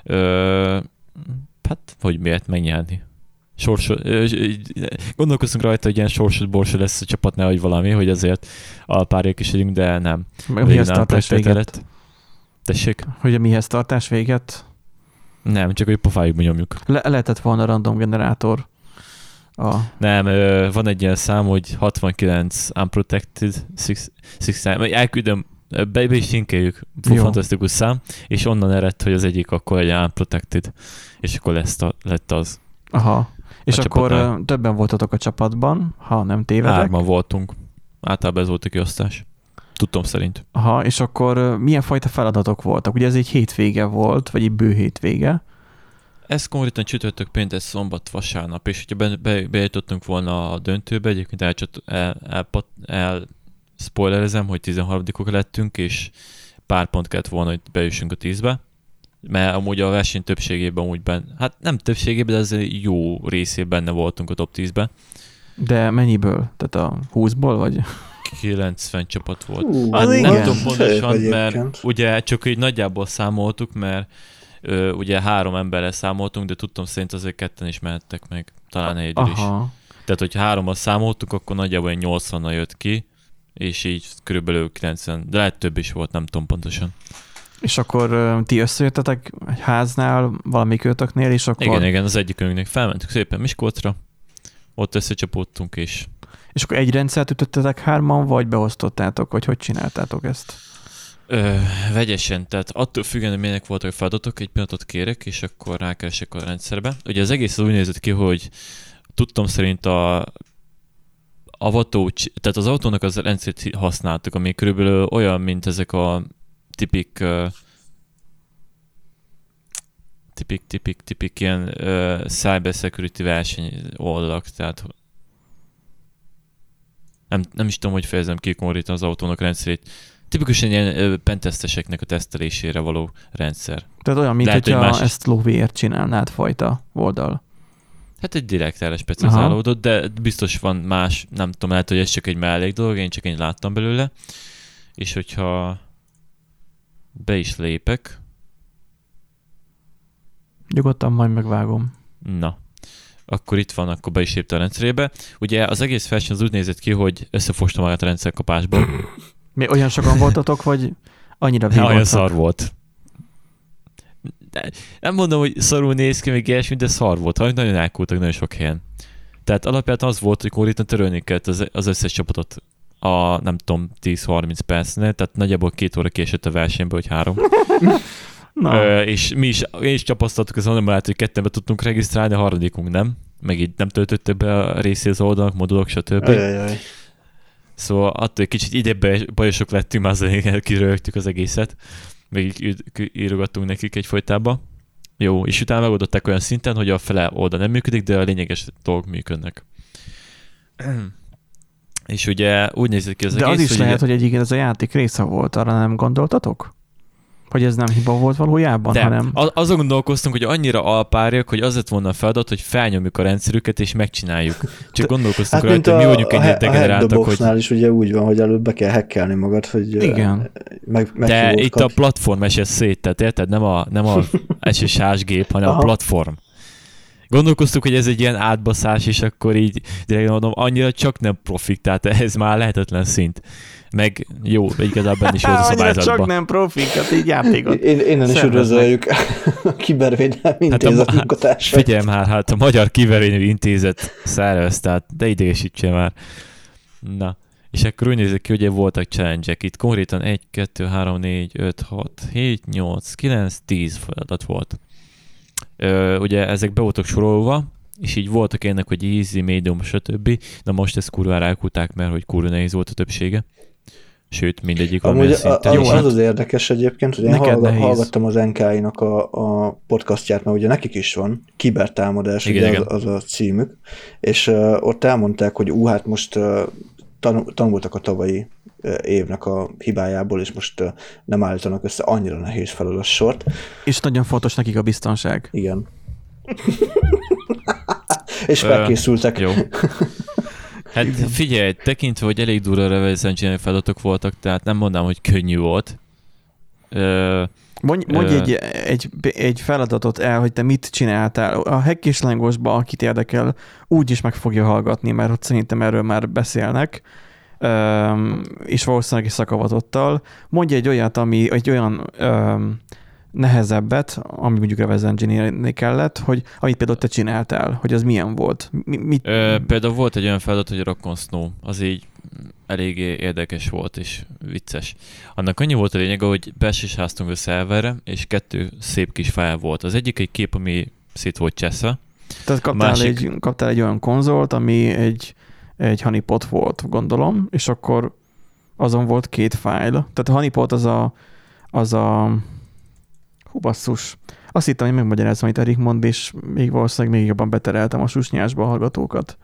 Ö, hát, hogy miért megnyerni? Sorsod, gondolkoztunk rajta, hogy ilyen sorsod borsod lesz a csapat, nehogy valami, hogy azért alpárjék is vagyunk, de nem. Mihez tartás véget? Tessék? Hogy a mihez tartás véget? Nem, csak hogy pofájukba nyomjuk. Le- lehetett volna random generátor. A... Nem, ö, van egy ilyen szám, hogy hatvankilenc unprotected, hatvan, elküldöm, be, be is linkeljük, fantasztikus szám, és onnan eredt, hogy az egyik akkor egy unprotected, és akkor lesz a, lett az. Aha, és akkor csapatnál. Többen voltatok a csapatban, ha nem tévedek. Hárman voltunk, általában ez volt a kiosztás. Tudtom szerint. Aha, és akkor milyen fajta feladatok voltak? Ugye ez egy hétvége volt, vagy egy bő hétvége. Ez konkrétan csütörtök, péntek, szombat, vasárnap, és hogyha be, be, bejutottunk volna a döntőbe, egyébként el, el, el, el spoilerezem, hogy tizenharmadikok lettünk, és pár pont kellett volna, hogy bejussunk a tízbe, mert amúgy a verseny többségében úgy benne, hát nem többségében, de ez jó részében benne voltunk a top tízbe. De mennyiből? Tehát a húszból, vagy... kilencven csapat volt. Uh, hát nem tudom pontosan, mert ugye csak így nagyjából számoltuk, mert ö, ugye három emberrel számoltunk, de tudtam szerint azért ketten is mehettek meg, talán egyedül is. Tehát, hogy hárommal számoltuk, akkor nagyjából nyolcvannal jött ki, és így körülbelül kilencven, de lehet több is volt, nem tudom pontosan. És akkor ti összejöttetek egy háznál, valamikőtöknél, és akkor... Igen, igen, az egyikünknek felmentük szépen Miskolcra, ott összecsapódtunk, és És akkor egy rendszert ütöttetek hárman, vagy beosztottátok, vagy hogy csináltátok ezt? Ö, vegyesen, tehát attól függően, hogy milyenek voltak a feladatok, egy pillanatot kérek, és akkor rákeresek a rendszerbe. Ugye az egész az úgy nézett ki, hogy tudtam szerint a avató, tehát az autónak az rendszert használtuk, ami körülbelül olyan, mint ezek a tipik uh, tipik, tipik, tipik ilyen uh, cyber security verseny oldalak, tehát Nem, nem is tudom, hogy fejezem ki konkrétan az autónak rendszerét. Tipikusan ilyen penteszteseknek a tesztelésére való rendszer. Tehát olyan, mint Lehet, hogyha más... ezt lóvéért csinálnád fajta oldal. Hát egy direkt erre specializálódott, de biztos van más, nem tudom, lehet, hogy ez csak egy mellék dolog, én csak én láttam belőle. És hogyha be is lépek. Nyugodtan majd megvágom. Na. Akkor itt van, akkor be is lépte a rendszerébe. Ugye az egész verseny az úgy nézett ki, hogy összefosta magát a rendszerkapásból. Mi olyan sokan voltatok, vagy annyira végig Olyan szar volt. De nem mondom, hogy szarul néz ki, még ilyesmi, de szar volt. Nagyon elkultak nagyon sok helyen. Tehát alapján az volt, hogy konkrétan törölni kellett az, az összes csapatot a, nem tudom, tíz-harminc percnél, tehát nagyjából két óra késett a versenybe, hogy három. Ö, és mi is, én is tapasztaltuk az anomalát, hogy ketten be tudtunk regisztrálni, a harmadikunk nem. Meg így nem töltötte be a részét az oldalak, modulok, stb. Ajajaj. Szóval attól egy kicsit idebe bajosok lettünk, már azért kirögtük az egészet. Meg így írogattunk nekik egyfolytába. Jó, és utána megoldották olyan szinten, hogy a fele oldal nem működik, de a lényeges dolgok működnek. És ugye úgy nézett ki az de egész, az is hogy lehet, ugye... hogy egyébként ez a játék része volt, arra nem gondoltatok? Hogy ez nem hiba volt valójában, de hanem... azon gondolkoztunk, hogy annyira alpárjak, hogy az lett volna a feladat, hogy felnyomjuk a rendszerüket és megcsináljuk. Csak gondolkoztunk hát rajta, hogy mi vagyunk ennyire degeneráltak, hogy... A is ugye úgy van, hogy előbb be kell hackelni magad, hogy... Igen. Meg, meg de itt kapj. A platform esett szét, tehát érted? Nem a, nem a es es hás gép, hanem Aha. a platform. Gondolkoztuk, hogy ez egy ilyen átbaszás, és akkor így direkt mondom, annyira csak nem profik, tehát ez már lehetetlen szint. Meg jó, igazából benne is volt a szabályzatban. Csak nem profik, hát így játékot. Én, innen is üdvözöljük a Kibervédelmi Intézet hát munkatársait. Figyelj már, hát a Magyar Kibervédelmi Intézet szervez, tehát de idegesítse már. Na, és akkor úgy nézett ki, hogy voltak challenge-ek. Itt konkrétan egy, kettő, három, négy, öt, hat, hét, nyolc, kilenc, tíz feladat volt. Ö, ugye ezek be voltak sorolva, és így voltak ennek, hogy easy, medium, stb. Na most ezt kurvára elkúrták, mert hogy kurva nehéz volt a többsége. Sőt, mindegyik amúgy szinten. Jó, az az érdekes egyébként, hogy én hallga, hallgattam az en ká i-nak a, a podcastját, mert ugye nekik is van, kibertámadás, igen, ugye igen. Az, az a címük, és uh, ott elmondták, hogy ú, hát most uh, tanul, tanultak a tavalyi uh, évnek a hibájából, és most uh, nem állítanak össze annyira nehéz feladat sort. És nagyon fontos nekik a biztonság. Igen. És felkészültek. Jó. Hát figyelj, tekintve, hogy elég durva reverse engineering feladatok voltak, tehát nem mondanám, hogy könnyű volt. Ö, mondj mondj ö, egy, egy, egy feladatot el, hogy te mit csináltál. A Hack és Lángosban, akit érdekel, úgy is meg fogja hallgatni, mert ott szerintem erről már beszélnek, ö, és valószínűleg is szakavatottal. Mondj egy olyat, ami egy olyan ö, nehezebbet, ami mondjuk reverse engineering kellett, hogy amit például te csináltál, hogy az milyen volt? Mi, mit... Ö, például volt egy olyan feladat, hogy Rockon Snow, az így eléggé érdekes volt és vicces. Annak annyi volt a lényege, hogy besisáztunk a szerverre, és kettő szép kis fájl volt. Az egyik egy kép, ami szét volt cseszve. Tehát kaptál, másik... egy, kaptál egy olyan konzolt, ami egy, egy honeypot volt, gondolom, és akkor azon volt két fájl. Tehát a honeypot az a, az a hú, basszus. Azt hittem, hogy megmagyarázom, amit Erik mond, és még valószínűleg még jobban betereltem a susnyásba a hallgatókat.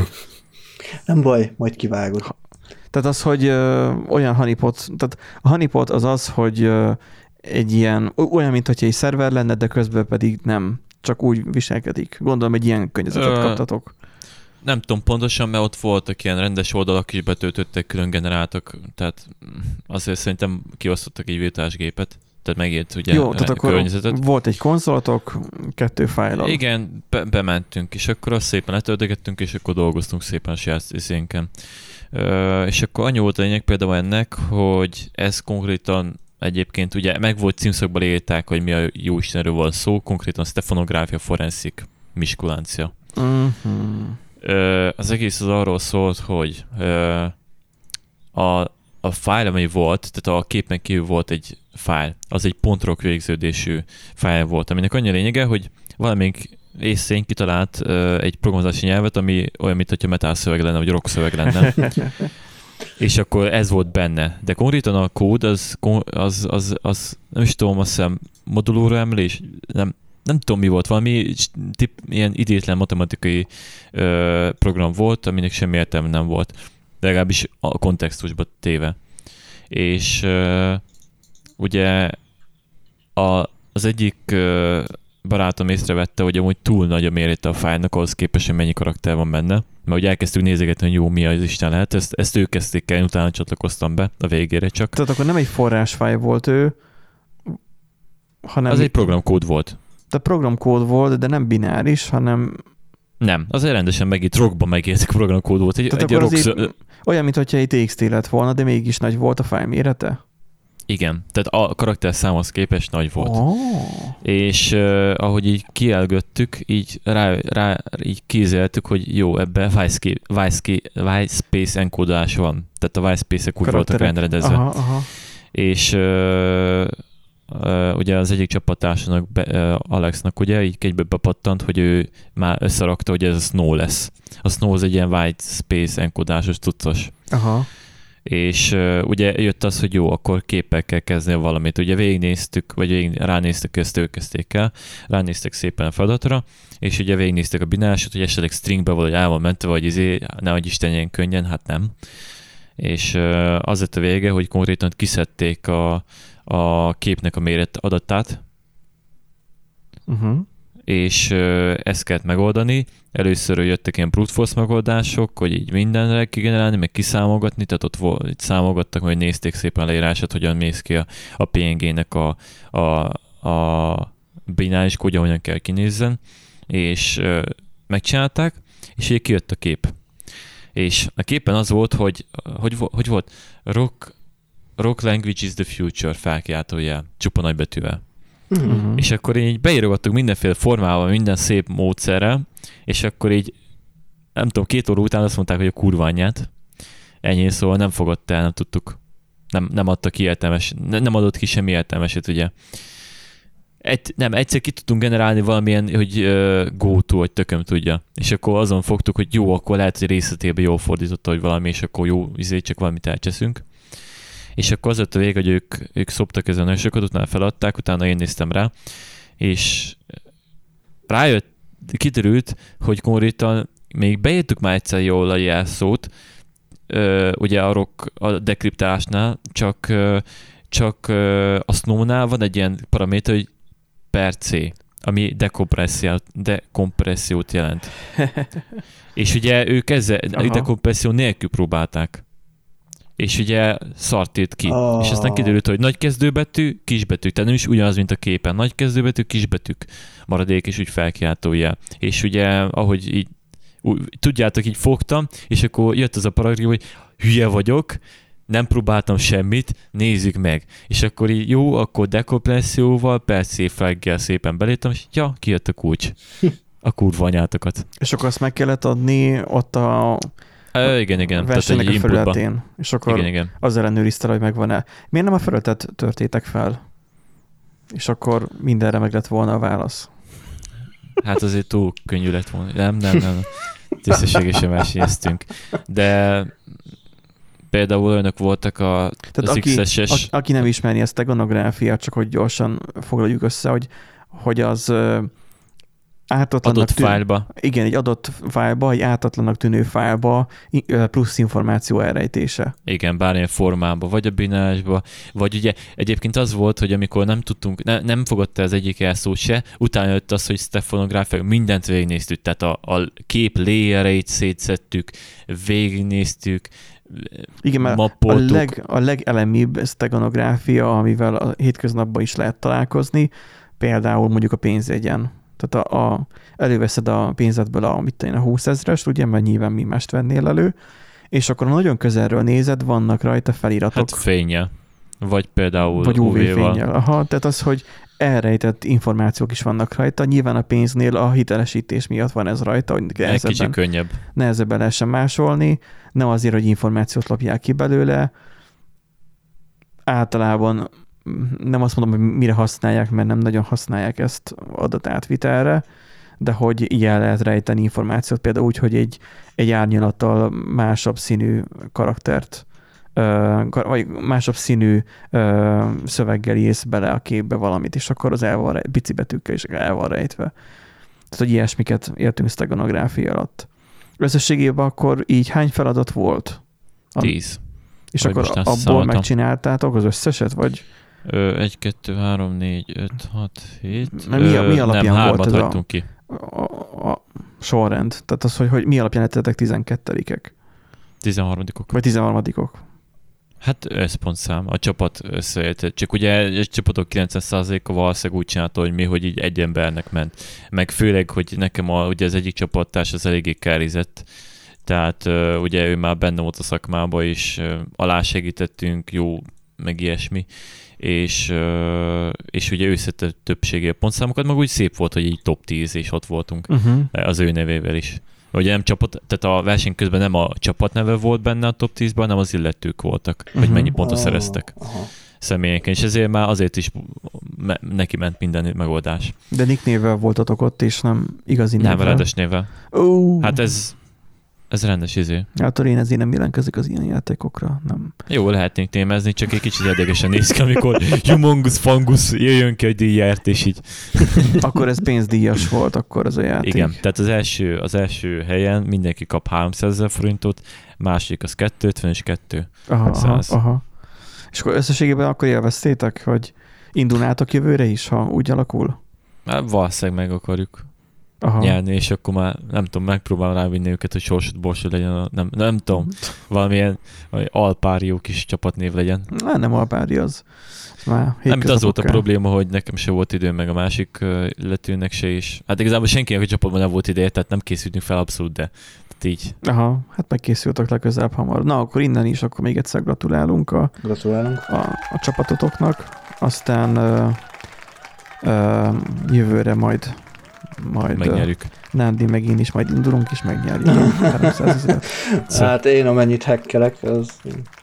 Nem baj, majd kivágod. Tehát az, hogy ö, olyan honeypot, tehát a honeypot az az, hogy ö, egy ilyen, olyan, mint hogyha egy szerver lenne, de közben pedig nem. Csak úgy viselkedik. Gondolom, egy ilyen környezetet Ö, kaptatok. Nem tudom pontosan, mert ott voltak ilyen rendes oldalak is betöltöttek, külön generáltak, tehát azért szerintem kiosztottak egy virtuális gépet. Tehát megért ugye Jó, tehát a akkor környezetet. Volt egy konzolatok, kettő fájlal. Igen, be, bementünk, és akkor azt szépen letöltögettünk, és akkor dolgoztunk szépen a saját szénken. Uh, és akkor annyi volt a lényeg például ennek, hogy ez konkrétan egyébként ugye meg volt címszakban írták, hogy mi a jó Istenről van szó, konkrétan stefanográfia forensic miskulancia. Uh-huh. Uh, az egész az arról szólt, hogy uh, a a fájl, ami volt, tehát a képen kívül volt egy fájl, az egy pontról végződésű fájl volt, aminek annyi lényege, hogy valamelyik észszén kitalált uh, egy programozási nyelvet, ami olyan, mintha metal szöveg lenne, vagy rock szöveg lenne. És akkor ez volt benne. De konkrétan a kód, az, az, az, az nem is tudom, azt hiszem modulóra emlés, nem, nem tudom mi volt, valami tip, ilyen idétlen matematikai uh, program volt, aminek semmi értelme nem volt. De legalábbis a kontextusba téve. És uh, ugye a, az egyik uh, barátom észrevette, hogy amúgy túl nagy a mérete a fájlnak, ahhoz képest, hogy mennyi karakter van benne. Mert ugye elkezdtük nézegetni, hogy jó, mi az Isten lehet. Ezt, ezt ők kezdték el, én utána csatlakoztam be a végére csak. Tehát akkor nem egy forrásfájl volt ő, hanem... Az egy programkód volt. Tehát programkód volt, de nem bináris, hanem... Nem, azért rendesen megírt, rockban megírtak a programkód volt. Egy, Tehát egy akkor rock... azért olyan, mintha egy té iksz té lett volna, de mégis nagy volt a fájl mérete? Igen, tehát a karakter számhoz képest nagy volt. Oh. És uh, ahogy így kielgöttük, így rá, rá így kézeltük, hogy jó, ebben whitespace enkódolás van. Tehát a whitespace-ek úgy voltak rendezve. Aha, aha. És uh, uh, ugye az egyik csapattársának, uh, Alexnak ugye így egybe bepattant, hogy ő már összerakta, hogy ez a Snow lesz. A Snow az egy ilyen whitespace enkódásos cuccos. Aha. És uh, ugye jött az, hogy jó, akkor képpel kell kezdeni valamit. Ugye végignéztük, vagy végig ránéztük, ezt ők kezdték el, ránéztek szépen a feladatra, és ugye végignéztek a binárisot, hogy esetleg stringbe vagy el van mentve, vagy izé, nehogy Isten ilyen könnyen, hát nem. És uh, az lett a vége, hogy konkrétan kiszedték a, a képnek a méret adatát, uh-huh. és uh, ezt kellett megoldani. Először jöttek ilyen brute force megoldások, hogy így mindenre kigenerálni, meg kiszámolgatni, tehát ott volt, számolgattak, hogy nézték szépen a leírását, hogyan néz ki a, a pé en gé-nek a, a, a bináris kódja, hogyan kell kinézzen, és ö, megcsinálták, és így kijött a kép. És a képen az volt, hogy hogy, hogy volt? Rock, rock language is the future felkiáltójel, csupa nagybetűvel. Uh-huh. És akkor így beírogattuk mindenféle formával, minden szép módszerrel, és akkor így nem tudom, két óra után azt mondták, hogy a kurva anyját. Ennyi, szóval nem fogott el, nem tudtuk. Nem, nem adta ki értelmes, nem adott ki semmi értelmeset, ugye. Egy, nem, egyszer ki tudtunk generálni valamilyen, hogy uh, go-to, vagy tököm tudja. És akkor azon fogtuk, hogy jó, akkor lehet, hogy részletében jól fordította, hogy valami, és akkor jó, izé, csak valamit elcseszünk. És akkor az lett a vég, hogy ők, ők szoptak ezen nagyon sokat, utána feladták, utána én néztem rá, és rájött, kiderült, hogy konkrétan még beírtuk már egyszer jól a jelszót, uh, ugye a rock a dekriptálásnál, csak, uh, csak uh, a Snow-nál van egy ilyen paraméter, hogy per C, ami dekompressziót, dekompressziót jelent. És ugye ők ezzel, a dekompresszió nélkül próbálták. És ugye szart írt ki. Oh. És aztán kiderült, hogy nagy kezdőbetű, kisbetű. Tehát nem is ugyanaz, mint a képen. Nagy kezdőbetű, kisbetűk maradék, és úgy felkiáltójel. És ugye, ahogy így úgy, tudjátok, így fogtam, és akkor jött az a paragraf, hogy hülye vagyok, nem próbáltam semmit, nézzük meg. És akkor így jó, akkor dekompresszióval, per C flaggel szépen beléptem, és ja, kijött a kulcs. A kurva anyátokat. És akkor azt meg kellett adni ott a Ö, igen, igen. versenynek a felületén. És akkor igen, igen. az ellenőrizte, hogy megvan-e. Miért nem a felületet törtétek fel? És akkor mindenre meg lett volna a válasz. Hát azért túl könnyű lett volna. Nem, nem, nem. Tisztességesen versenyeztünk. De például olyanok voltak a, tehát az aki, iksz es-es... a, aki nem ismeri ezt a steganográfiát, csak hogy gyorsan foglaljuk össze, hogy, hogy az ártatlannak adott tűn... fájlba. Igen, egy adott fájlba, egy ártatlannak tűnő fájlba plusz információ elrejtése. Igen, bármilyen formában, vagy a binárásba, vagy ugye egyébként az volt, hogy amikor nem tudtunk, ne, nem fogadta az egyik elszót se, utána jött az, hogy steganográfia, mindent végignéztük, tehát a, a kép layereit szétszedtük, végignéztük, igen, mert a, leg, a legelemibb steganográfia, amivel a hétköznapban is lehet találkozni, például mondjuk a pénzjegyen. Tehát a, a, előveszed a pénzedből a, mit tenni, a húszezrest, ugye, mert nyilván mi mást vennél elő, és akkor nagyon közelről nézed, vannak rajta feliratok. Hát fénye. Vagy például vagy ú vé-val. fényel. Aha, tehát az, hogy elrejtett információk is vannak rajta. Nyilván a pénznél a hitelesítés miatt van ez rajta, hogy egy kicsit könnyebb. Nehezebben lehessen másolni, nem azért, hogy információt lopják ki belőle. Általában nem azt mondom, hogy mire használják, mert nem nagyon használják ezt adatátvitelre, de hogy így el lehet rejteni információt, például úgy, hogy egy, egy árnyalattal másabb színű karaktert, vagy másabb színű szöveggel írsz bele a képbe valamit, és akkor az el van rejtve, pici betűkkel is el van rejtve. Tehát, hogy ilyesmiket értünk steganográfia alatt. Összességében akkor így hány feladat volt? Tíz. És vagy akkor abból számoltam. Megcsináltátok az összeset, vagy? Ö, egy, kettő, három, négy, öt, hat, hét. Mi, mi alapján nem, volt ez a, ki. A, a sorrend? Tehát az, hogy, hogy mi alapján lettetek tizenkettedikek? Tizenharmadikok. Vagy tizenharmadikok? Hát összpontszám. A csapat összeért. Csak ugye egy csapatok kilencven százaléka valószínűleg úgy csinálta, hogy mi, hogy így egy embernek ment. Meg főleg, hogy nekem a, ugye az egyik csapattárs az eléggé kerizett. Tehát uh, ugye ő már benne volt a szakmában, és uh, alá segítettünk, jó, meg ilyesmi. És, uh, és ugye ő szedte többségé pontszámokat, meg úgy szép volt, hogy így top tíz, és ott voltunk uh-huh. az ő nevével is. Ugye nem csapat, tehát a verseny közben nem a csapatneve volt benne a top tízben, hanem az illetők voltak, uh-huh. hogy mennyi pontot oh, szereztek uh-huh. személyeken, és ezért már azért is me- neki ment minden megoldás. De Nick névvel voltatok ott, és nem igazi névvel? Nem, rendes névvel. Uh. Hát ez Ez rendes izé. Hát én ezért nem jelentkezik az ilyen játékokra, nem. Jó, lehetnénk témezni, csak egy kicsit érdekesen néz ki, amikor Humongous Fungus jöjjön ki, hogy díjjárt, és így. Akkor ez pénzdíjas volt, akkor az a játék. Igen, tehát az első, az első helyen mindenki kap háromszázezer forintot, másik az kétszázötven és kettő. Aha, aha, aha. És akkor összességében akkor élveztétek, hogy indulnátok jövőre is, ha úgy alakul? Hát valószínűleg meg akarjuk. Aha. nyerni, és akkor már nem tudom, megpróbálom rávinni őket, hogy sorsot borsot legyen, a, nem, nem tudom, valamilyen alpárió kis csapatnév legyen. Na, nem alpári az. Már nem, de az volt a probléma, hogy nekem se volt időm, meg a másik uh, illetőnek se is. Hát igazából senkinek a csapatban nem volt ideje, tehát nem készültünk fel abszolút, de tehát így. Aha, hát megkészültek legközelebb hamar. Na, akkor innen is, akkor még egyszer gratulálunk a, Gratulálunk. a, a csapatotoknak. Aztán uh, uh, jövőre majd majd megnyerjük. Nándi meg én is majd indulunk, és megnyerjük. háromszázezer. Hát én amennyit hekkelek, az...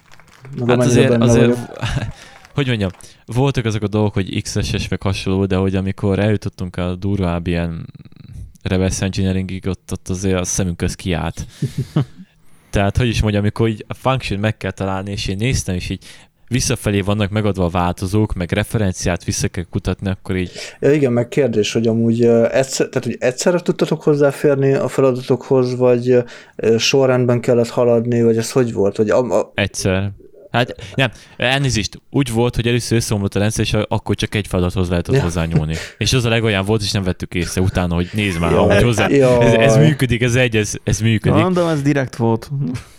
Hát azért, azért hogy mondjam, voltak azok a dolgok, hogy iksz es es meg hasonló, de hogy amikor eljutottunk a durvább ilyen reverse engineeringig, ott, ott azért a szemünk köz kiállt. Tehát, hogy is mondjam, amikor így a function meg kell találni, és én néztem, és így visszafelé vannak megadva a változók, meg referenciát vissza kell kutatni, akkor így... Ja, igen, meg kérdés, hogy amúgy egyszer, tehát, hogy egyszerre tudtatok hozzáférni a feladatokhoz, vagy sorrendben kellett haladni, vagy ez hogy volt? Vagy a, a... Egyszer. Hát nem, elnézést, úgy volt, hogy először összeomlott a rendszer, és akkor csak egy feladathoz lehetett ja. hozzányúlni. És az a legolyán volt, és nem vettük észre utána, hogy nézd már, ahogy hozzá. Ez, ez működik, ez egy, ez, ez működik. Mondom, ez direkt volt.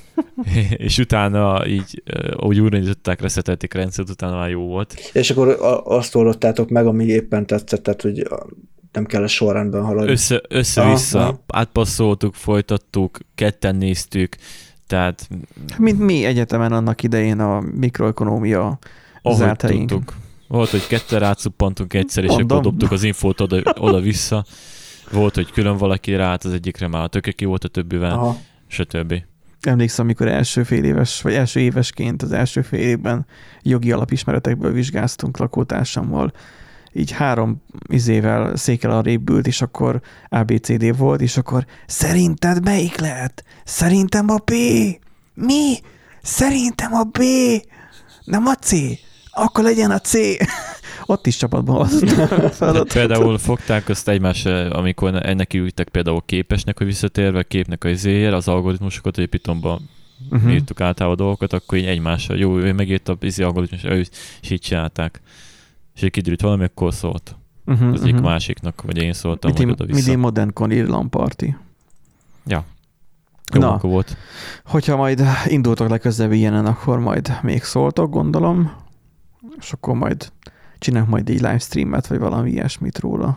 És utána így, ahogy újra nyitották, reszetelték rendszert, utána már jó volt. És akkor azt oldottátok meg, ami éppen tetszett, tehát hogy nem kell a sorrendben haladni. Össze, össze-vissza, ah, átpasszoltuk, folytattuk, ketten néztük, tehát... Mint mi egyetemen annak idején a mikroökonómia zárt helyünk. Volt, hogy ketten rátszuppantunk egyszer, és Mondom. akkor dobtuk az infót oda, oda-vissza. Volt, hogy külön valaki ráállt az egyikre, már tökre ki volt a többivel, Aha. stb. Emlékszem, amikor első fél éves, vagy első évesként az első fél évben jogi alapismeretekből vizsgáztunk lakótársammal, így három izével székkel arrébb ült, és akkor á bé cé dé volt, és akkor szerinted melyik lehet? Szerintem a B. Mi? Szerintem a B. Nem a C. Akkor legyen a C. Ott is csapatban volt. Például fogták azt egymás, amikor neki ültek például képesnek, hogy visszatérve képnek az izéjére, az algoritmusokat, hogy Pythonban uh-huh. írtuk általában a dolgokat, akkor így egymással, jó, ő megírta az izé algoritmus, ő is így csinálták. És így kiderült valami, akkor szólt. Uh-huh, az egyik uh-huh. másiknak, vagy én szóltam, mit hogy oda-vissza. Midén Modern Con Irland Party. Ja. Jó Na, volt. Hogyha majd indultok legközelebb ilyenen, akkor majd még szóltok, gondolom, és akkor majd csinálunk majd egy livestreamet, vagy valami ilyesmit róla.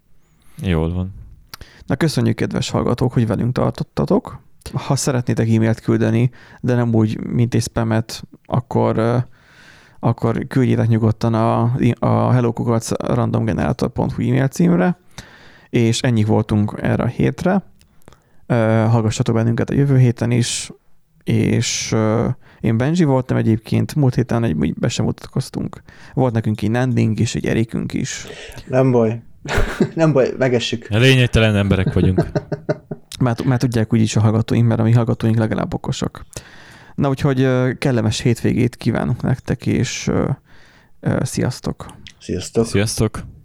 Jól van. Na, köszönjük, kedves hallgatók, hogy velünk tartottatok. Ha szeretnétek e-mailt küldeni, de nem úgy, mint egy spamet, akkor, akkor küldjétek nyugodtan a, a hello kukac randomgenerator pont hu e-mail címre, és ennyi voltunk erre a hétre. Hallgassatok bennünket a jövő héten is, és én Benji voltam egyébként, múlt héten egy, be sem mutatkoztunk. Volt nekünk egy Nanding és egy Erikünk is. Nem baj. Nem baj, megessük. Lényegtelen emberek vagyunk. Már, már tudják úgyis a hallgatóink, mert a mi hallgatóink legalább okosak. Na, úgyhogy kellemes hétvégét kívánunk nektek, és uh, uh, sziasztok! Sziasztok! Sziasztok!